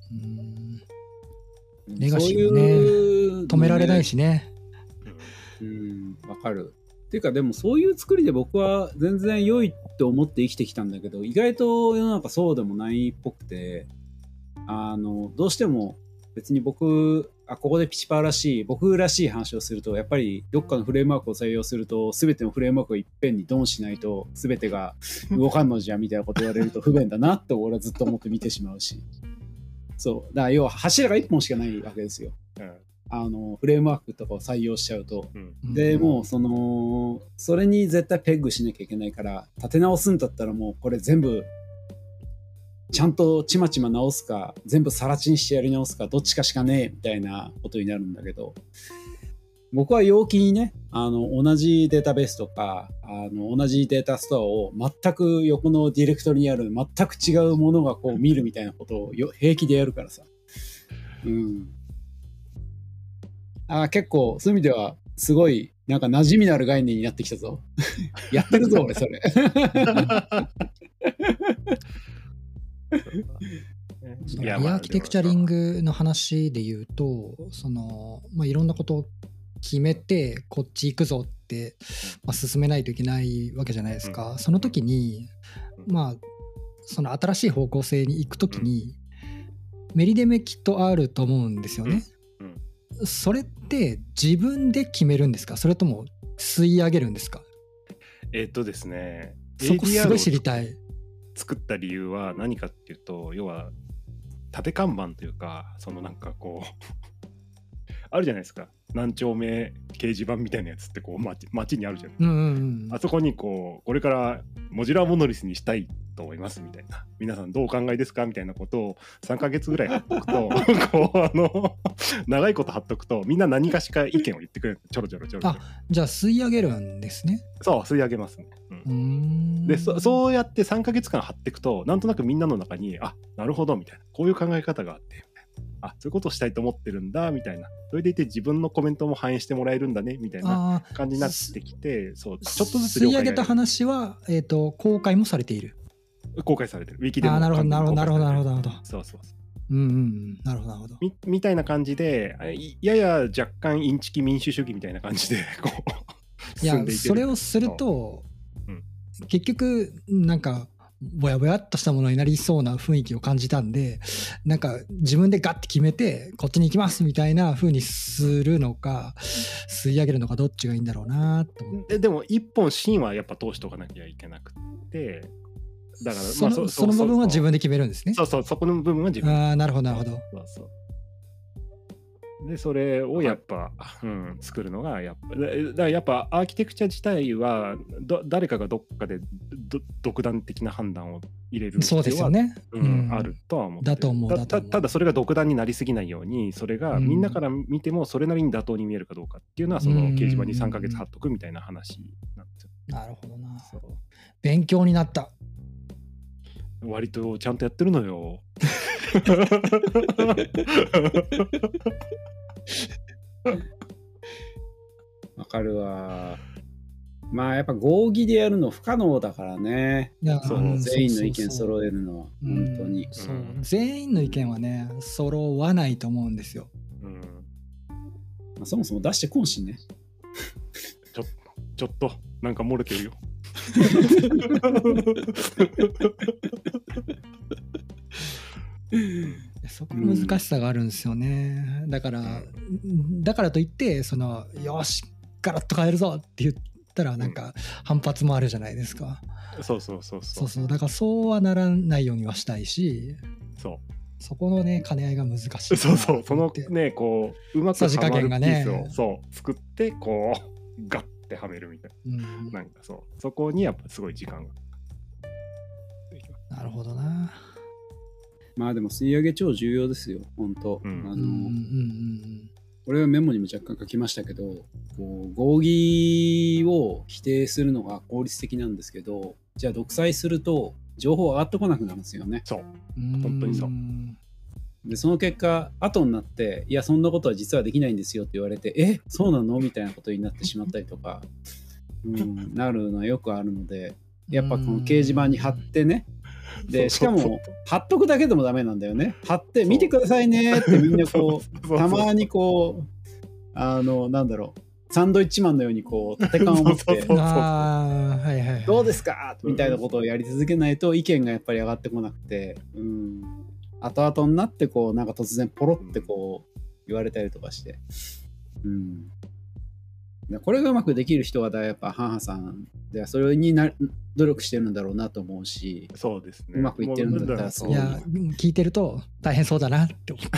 レガシーもね、止められないしね。 わかる。っていうかでもそういう作りで僕は全然良いって思って生きてきたんだけど、意外と世の中そうでもないっぽくて、どうしても別にここでピチパー僕らしい話をすると、やっぱりどっかのフレームワークを採用すると全てのフレームワークをいっぺんにドンしないと全てが動かんのじゃみたいなこと言われると不便だなって俺はずっと思って見てしまうし、そうだから要は柱が1本しかないわけですよ、フレームワークとかを採用しちゃうと、でもうそれに絶対ペッグしなきゃいけないから、立て直すんだったらもうこれ全部ちゃんとちまちま直すか全部さら地にしてやり直すかどっちかしかねえみたいなことになるんだけど、僕は陽気にね、同じデータベースとか同じデータストアを全く横のディレクトリにある全く違うものがこう見るみたいなことを平気でやるからさ、結構そういう意味ではすごいなんか馴染みのある概念になってきたぞやってるぞ俺それリアーキテクチャリングの話で言うと、いろんなことを決めてこっち行くぞって、進めないといけないわけじゃないですか。その時にその新しい方向性に行く時にメリデメきっとあると思うんですよね。それって自分で決めるんですか、それとも吸い上げるんですか？ ですね、 そこすごい知りたい。 作った理由は何かっていうと、要は縦看板というか、なんかこうあるじゃないですか、何丁目掲示板みたいなやつってこう街にあるじゃない、あそこにこうこれからモジュラーモノリスにしたいと思いますみたいな、皆さんどうお考えですかみたいなことを3ヶ月ぐらい貼っとくとこう長いこと貼っとくとみんな何かしか意見を言ってくれる、ちょろちょろ。 じゃあ吸い上げるんですね。 そう、吸い上げますね。でそうやって3ヶ月間貼っていくと、なんとなくみんなの中になるほどみたいな、こういう考え方があってみたいな、そういうことをしたいと思ってるんだみたいな、それでいて自分のコメントも反映してもらえるんだねみたいな感じになってきて、そうちょっとずつ吸い上げた話は、公開もされている。 公開されてる。ウィキでもああ、なるほど、なるほど、なるほど、なるほど。 ど、なるほど。 そうそうそう。 うんうんうん、なるほど、なるほど。 みたいな感じで、やや若干インチキ民主主義みたいな感じでこういや進んでいける。 それをすると、 うん結局なんかぼやぼやっとしたものになりそうな雰囲気を感じたんで、なんか自分でガッて決めてこっちに行きますみたいな風にするのか吸い上げるのか、どっちがいいんだろうなと思って。 でも一本芯はやっぱ通しとかなきゃいけなくて、だからその部分は自分で決めるんですね。 そうそう、そこの部分は自分で。 ああ、なるほど、なるほど。 そうそうでそれをやっぱ、作るのがやっぱ、だからやっぱアーキテクチャ自体は誰かがどっかで独断的な判断を入れる必要はそうですよね、 あるとは思ってる。 だと思う。 ただそれが独断になりすぎないように、それがみんなから見てもそれなりに妥当に見えるかどうかっていうのは、その掲示板に3ヶ月貼っとくみたいな話なんですよ。 なるほどな。 そう勉強になった。 割とちゃんとやってるのよ。 わかるわ。まあやっぱ合議でやるの不可能だからね。そう全員の意見揃えるのは本当に。 そう全員の意見はね揃わないと思うんですよ。 まあ、そもそも出してこんしね。 ちょっとなんか漏れてるよ。 そこ難しさがあるんですよね。だからといってそのよしガラッと変えるぞって言ったらなんか反発もあるじゃないですか。そうだからそうはならないようにはしたいし、そこのね兼ね合いが難しい。 そのねこううまくはまるピースを作ってこうガッてはめるみたいな、なんかそこにやっぱすごい時間が。 なるほどな。 まあでも吸い上げ超重要ですよ本当。これはメモにも若干書きましたけど、こう合議を否定するのが効率的なんですけど、じゃあ独裁すると情報上がってこなくなるんですよね。 そう本当にそうでその結果後になっていやそんなことは実はできないんですよって言われてそうなのみたいなことになってしまったりとか、なるのはよくあるので、やっぱこの掲示板に貼ってね、でしかも貼っとくだけでもダメなんだよね。貼って見てくださいねってみんなこうたまにこうなんだろうサンドイッチマンのようにこう縦感を持ってどうですかみたいなことをやり続けないと意見がやっぱり上がってこなくて、後々になってこうなんか突然ポロってこう言われたりとかして、これがうまくできる人はやっぱハンハさんでそれに努力してるんだろうなと思うし、 そうですね、 うまくいってるんだったらいや聞いてると大変そうだなって思って。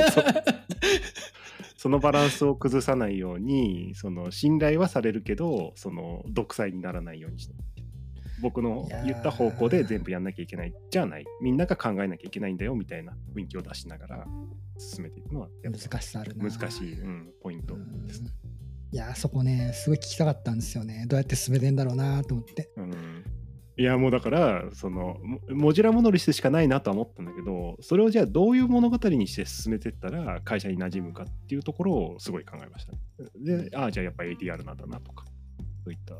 そのバランスを崩さないように、その信頼はされるけどその独裁にならないようにして、僕の言った方向で全部やんなきゃいけないじゃない、みんなが考えなきゃいけないんだよみたいな雰囲気を出しながら進めていくのは難しさあるな。 難しい、ポイントですね。 いやそこねすごい聞きたかったんですよね。どうやって進めてんだろうなと思って。 いやもうだからそのモジュラモノリスしかないなとは思ったんだけど、それをじゃあどういう物語にして進めていったら会社に馴染むかっていうところをすごい考えましたね。で、じゃあやっぱり ADR なんだなとかそういった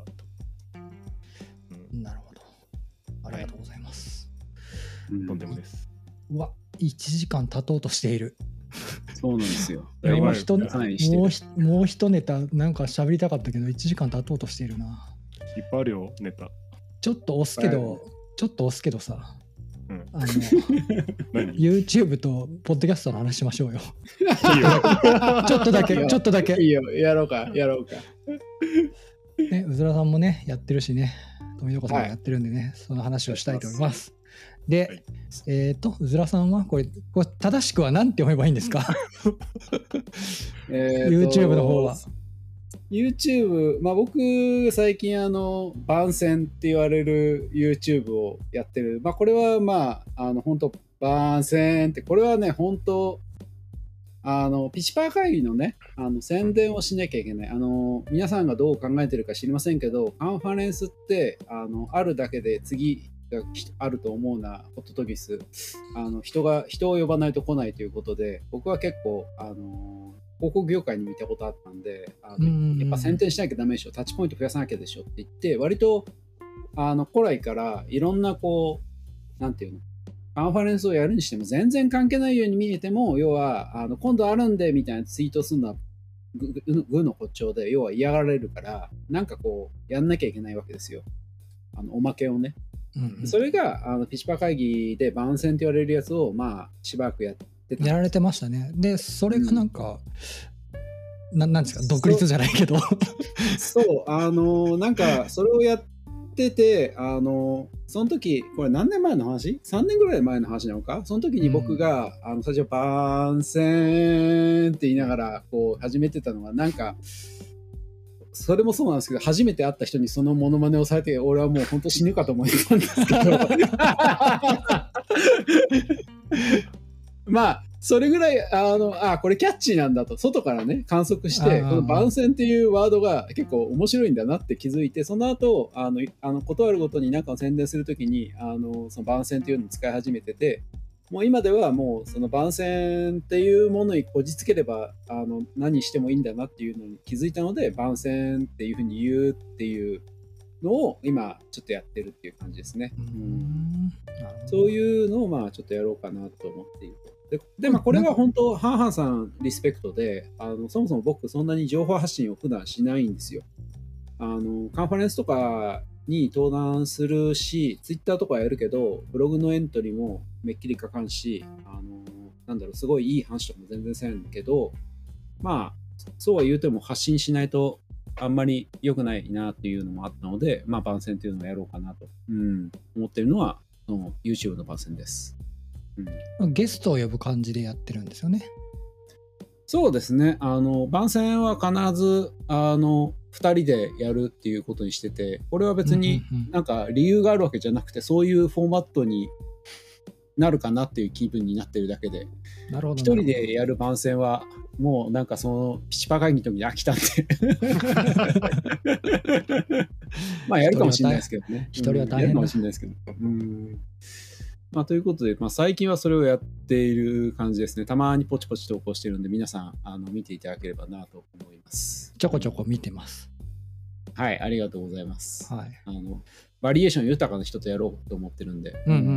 なるほど、ありがとうございます。 とんでもです。 うわ1時間経とうとしている。 そうなんですよ。 今もう一ネタなんか喋りたかったけど1時間経とうとしているな。 いっぱいあるよネタ。 ちょっと押すけどさ、 YouTube とポッドキャストの話しましょうよ。 ちょっとだけ。いいよ、やろうか。 ね、うずらさんもね、やってるしね、富岡さんもやってるんでね、その話をしたいと思います。で、うずらさんはこれ正しくは何て読めばいいんですか？YouTube の方は。 YouTube、僕最近番宣って言われる YouTube をやってる。これは本当番宣ってこれはね本当ピチパー会議のね宣伝をしなきゃいけない。皆さんがどう考えてるか知りませんけど、カンファレンスってあるだけで次があると思うなホットトギス人を呼ばないと来ないということで、僕は結構広告業界に見たことあったんで、やっぱ宣伝しなきゃダメでしょ、タッチポイント増やさなきゃでしょって言って、割と古来からいろんなこうなんていうの、カンファレンスをやるにしても全然関係ないように見えても、要は今度あるんでみたいなツイートするのは愚の骨頂で、要は嫌がられるから、なんかこうやんなきゃいけないわけですよ、おまけをね。それがピチパ会議で番宣って言われるやつをまあしばらくやってた。 やられてましたね。でそれがなんか、なんですか、独立じゃないけどそうなんかそれをやってて、その時これ何年前の話 ?3 年ぐらい前の話なのか。その時に僕が、最初番宣って言いながらこう始めてたのが、なんかそれもそうなんですけど、初めて会った人にそのモノマネをされて、俺はもう本当死ぬかと思ってたんですけどまあそれぐらいこれキャッチーなんだと外からね観測して、この番宣っていうワードが結構面白いんだなって気づいて、その後ことあるごとに何かを宣伝するときにその番宣っていうのを使い始めてて、もう今ではもうその番宣っていうものにこじつければ何してもいいんだなっていうのに気づいたので、番宣っていうふうに言うっていうのを今ちょっとやってるっていう感じですね。そういうのをまあちょっとやろうかなと思っている。でまあこれは本当ハンハンさんリスペクトで、そもそも僕そんなに情報発信を普段しないんですよ。カンファレンスとかに登壇するし、ツイッターとかやるけど、ブログのエントリーもめっきり書かんし、なんだろう、すごいいい話とかも全然せんけど、まあそうは言うても発信しないとあんまり良くないなっていうのもあったので、まあ番宣っていうのをやろうかなと、思ってるのはその YouTube の番宣です。 ゲストを呼ぶ感じでやってるんですよね。 そうですね。番宣は必ず2人でやるっていうことにしてて、これは別になんか理由があるわけじゃなくて、そういうフォーマットになるかなっていう気分になってるだけで、1人でやる番宣はもうなんかそのピチパ会議の時に飽きたんでまあやるかもしれないですけどね。 一人は大変だ。 やるかもしれないですけど。まあ、ということで、まあ、最近はそれをやっている感じですね。たまにポチポチ投稿してるんで、皆さん見ていただければなと思います。 ちょこちょこ見てます。 はい、ありがとうございます。 はい、 バリエーション豊かな人とやろうと思ってるんで。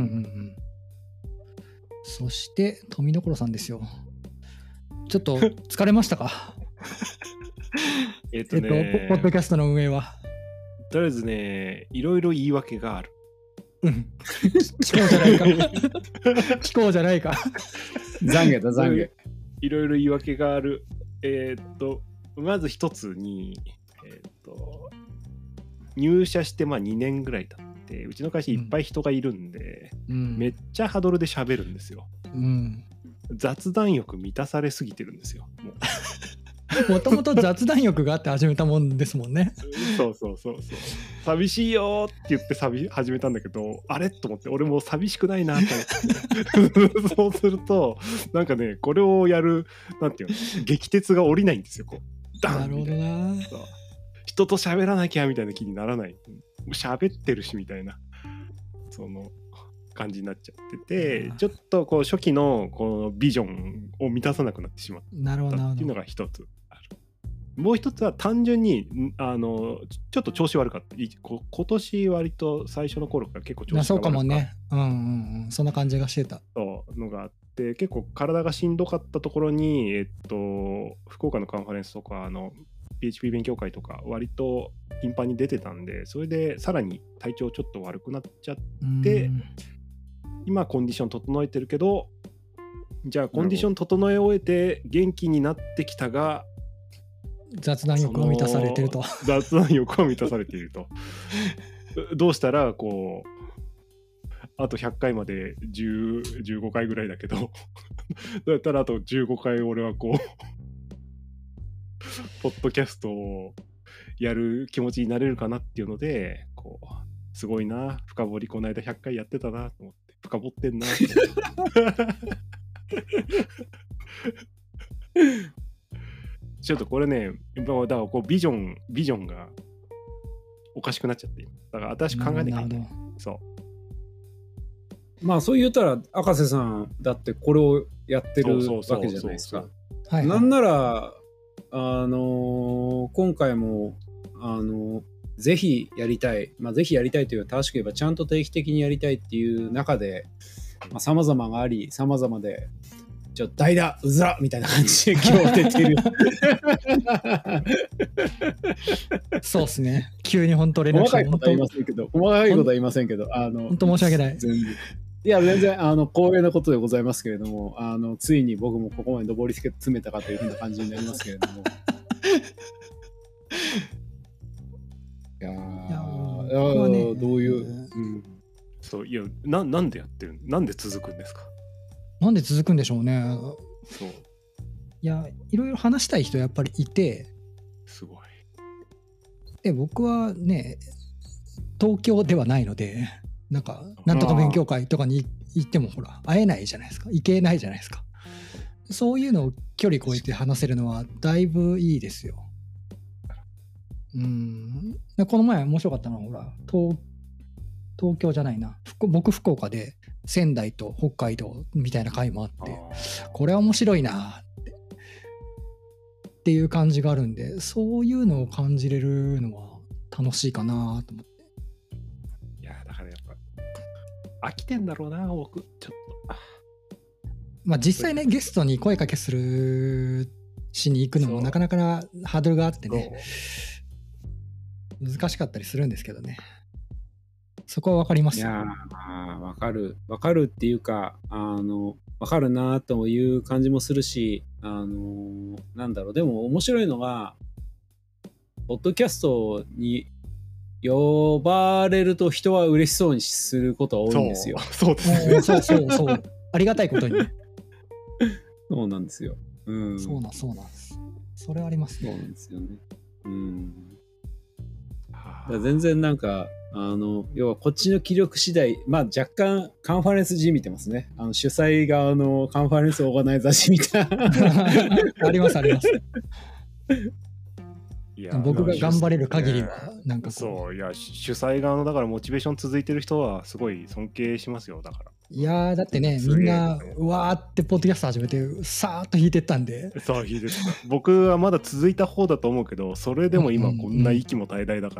そして富所さんですよ。ちょっと疲れましたかポッドキャストの運営は。 とりあえずね、いろいろ言い訳がある。 聞こうじゃないか聞こうじゃないか懺悔だ懺悔。 いろいろ言い訳がある。まず一つに、入社してまあ2年ぐらい経って、うちの会社いっぱい人がいるんで、めっちゃハードルで喋るんですよ。雑談欲満たされすぎてるんですよ。 もともと雑談欲があって始めたもんですもんね。 そう寂しいよって言って始めたんだけど、あれと思って、俺もう寂しくないなと思ってそうするとなんかね、これをやるなんていうの、激鉄が降りないんですよ。こうなるほどな。 人と喋らなきゃみたいな気にならない。喋ってるしみたいな、その感じになっちゃってて、ちょっとこう初期のこのビジョンを満たさなくなってしまったっていうのが一つある。もう一つは単純にちょっと調子悪かった。今年割と最初の頃から結構調子悪かった。 そうかもね。そんな感じがしてた。 そうのがあって、結構体がしんどかったところに福岡のカンファレンスとかPHP 勉強会とか割と頻繁に出てたんで、それでさらに体調ちょっと悪くなっちゃって、今コンディション整えてるけど、じゃあコンディション整え終えて元気になってきたが、 雑談欲を満たされてると。 雑談欲を満たされているとどうしたらこうあと100回まで15回ぐらいだけどどうやったらあと15回俺はこうポッドキャストをやる気持ちになれるかなっていうので、こうすごいな、深掘りこの間100回やってたなと思って、深掘ってんなと思ってちょっとこれね、だからこうビジョンがおかしくなっちゃって、だから新しく考えなきゃいけない。 そうまあそう言ったら赤瀬さんだってこれをやってるわけじゃないですか。なんなら今回もぜひやりたい、ぜひやりたいというか、正しく言えばちゃんと定期的にやりたいっていう中で、様々があり、様々で、代打うずらみたいな感じで今日出てる。 そうですね。急に本当連絡細かいことは言いませんけど、 本当申し訳ない。 全然。いや、全然、光栄なことでございますけれども、ついに僕もここまで上り詰めたかというふうな感じになりますけれども。僕はね、どういう、 そういやなんでやってるなんで続くんですか。 なんで続くんでしょうね。 そういや、いろいろ話したい人やっぱりいて、 すごい。 で僕はね、東京ではないので、なんとか勉強会とかに行ってもほら会えないじゃないですか、行けないじゃないですか。そういうのを距離越えて話せるのはだいぶいいですよ。でこの前面白かったのはほら東京じゃないな、僕福岡で仙台と北海道みたいな会もあって、これは面白いなっていう感じがあるんで、そういうのを感じれるのは楽しいかなと思って。 いやだからやっぱ飽きてんだろうな僕ちょっと。実際ね、ゲストに声かけしに行くのもなかなかハードルがあってね、難しかったりするんですけどね。そこは分かりますよ。 いや分かるっていうか、分かるなという感じもするし、なんだろう、でも面白いのが、ポッドキャストに呼ばれると人は嬉しそうにすることは多いんですよ。 そうですね。 そう。ありがたいことにね。 そうなんですよ。 そうなんです。それはありますね。 そうなんですよね。全然なんか要はこっちの気力次第、若干カンファレンス G 見てますね。主催側のカンファレンスオーガナイザー G みたいな。 あります。 いや僕が頑張れる限りはなんかそういや主催側のだからモチベーション続いてる人はすごい尊敬しますよ。だからいやだってね、みんなうわーってポッドキャスト始めてさーっと弾いてったんで。 そう弾いてった。僕はまだ続いた方だと思うけど、それでも今こんな息も絶え絶えだから、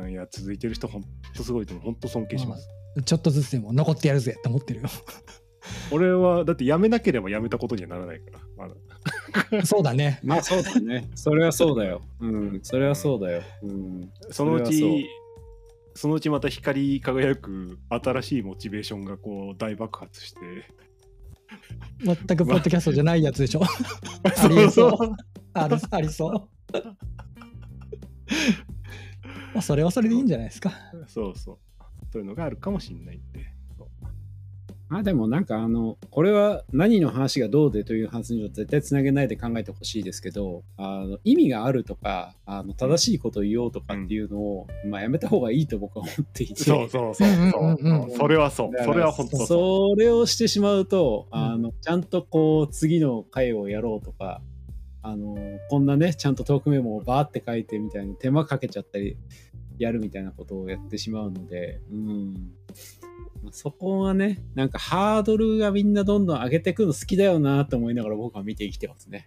いや続いてる人ほんとすごいと思う。ほんと尊敬します。 ちょっとずつでも残ってやるぜって思ってるよ。 俺はだってやめなければやめたことにはならないからまだ。 そうだね。 そうだね。それはそうだよ。それはそうだよ。 そのうちまた光り輝く新しいモチベーションがこう大爆発して全くポッドキャストじゃないやつでしょ。ありそう。それはそれでいいんじゃないですか。 そういうのがあるかもしれないんで。 でもなんかこれは何の話がどうでという話に絶対つなげないで考えてほしいですけど、意味があるとか正しいことを言おうとかっていうのを、やめた方がいいと僕は思っていて、 そうそれはそう、それは本当それをしてしまうとちゃんとこう次の回をやろうとかこんなねちゃんとトークメモをバーって書いてみたいに手間かけちゃったりやるみたいなことをやってしまうので、そこはね、なんかハードルがみんなどんどん上げていくの好きだよなと思いながら僕は見て生きてますね。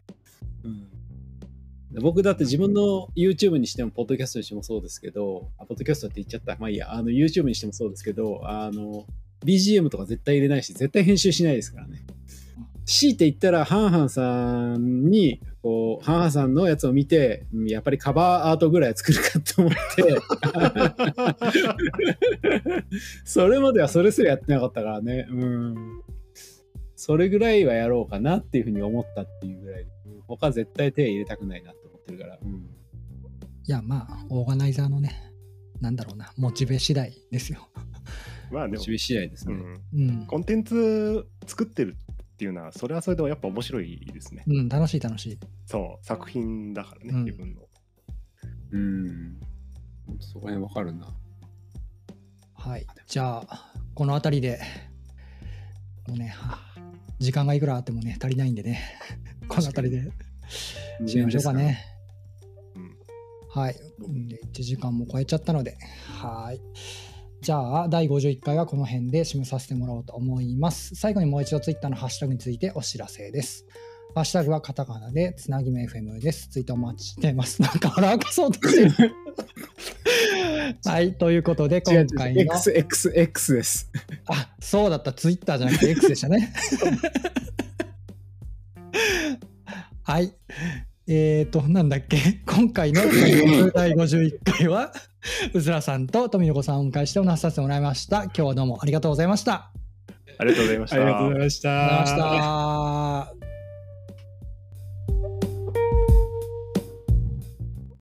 僕だって自分の YouTube にしてもポッドキャストにしてもそうですけど、ポッドキャストって言っちゃった。YouTube にしてもそうですけど、BGM とか絶対入れないし、絶対編集しないですからね。強いて言ったらハンハンさんにハンハンさんのやつを見てやっぱりカバーアートぐらい作るかと思ってそれまではそれすらやってなかったからね。それぐらいはやろうかなっていうふうに思ったっていうぐらい、他絶対手入れたくないなと思ってるから。いやオーガナイザーのね、なんだろうな、モチベ次第ですよ。 でもモチベ次第ですね。 コンテンツ作ってるっていうのはそれはそれでやっぱ面白いですね。 楽しい。 そう作品だからね、自分の。 そこら辺わかるな。 はい。じゃあこの辺りでもうね、時間がいくらあってもね足りないんでね、この辺りで締めましょうかね。はい。1時間も超えちゃったので、はい。じゃあ第51回はこの辺で締めさせてもらおうと思います。最後にもう一度 Twitter のハッシュタグについてお知らせです。 ハッシュタグはカタカナでつなぎめ FM です。ツイートお待ちしてます。なんか笑かそうとしてる。はい、ということで今回の XXX です。 あ、そうだった。ツイッターじゃなくて X でしたね。はい。なんだっけ、今回の第51回はうずらさんと富野子さんをお迎えしてお話しさせてもらいました。今日はどうもありがとうございました。 ありがとうございました。 ありがとうございました。 ありがとうございました。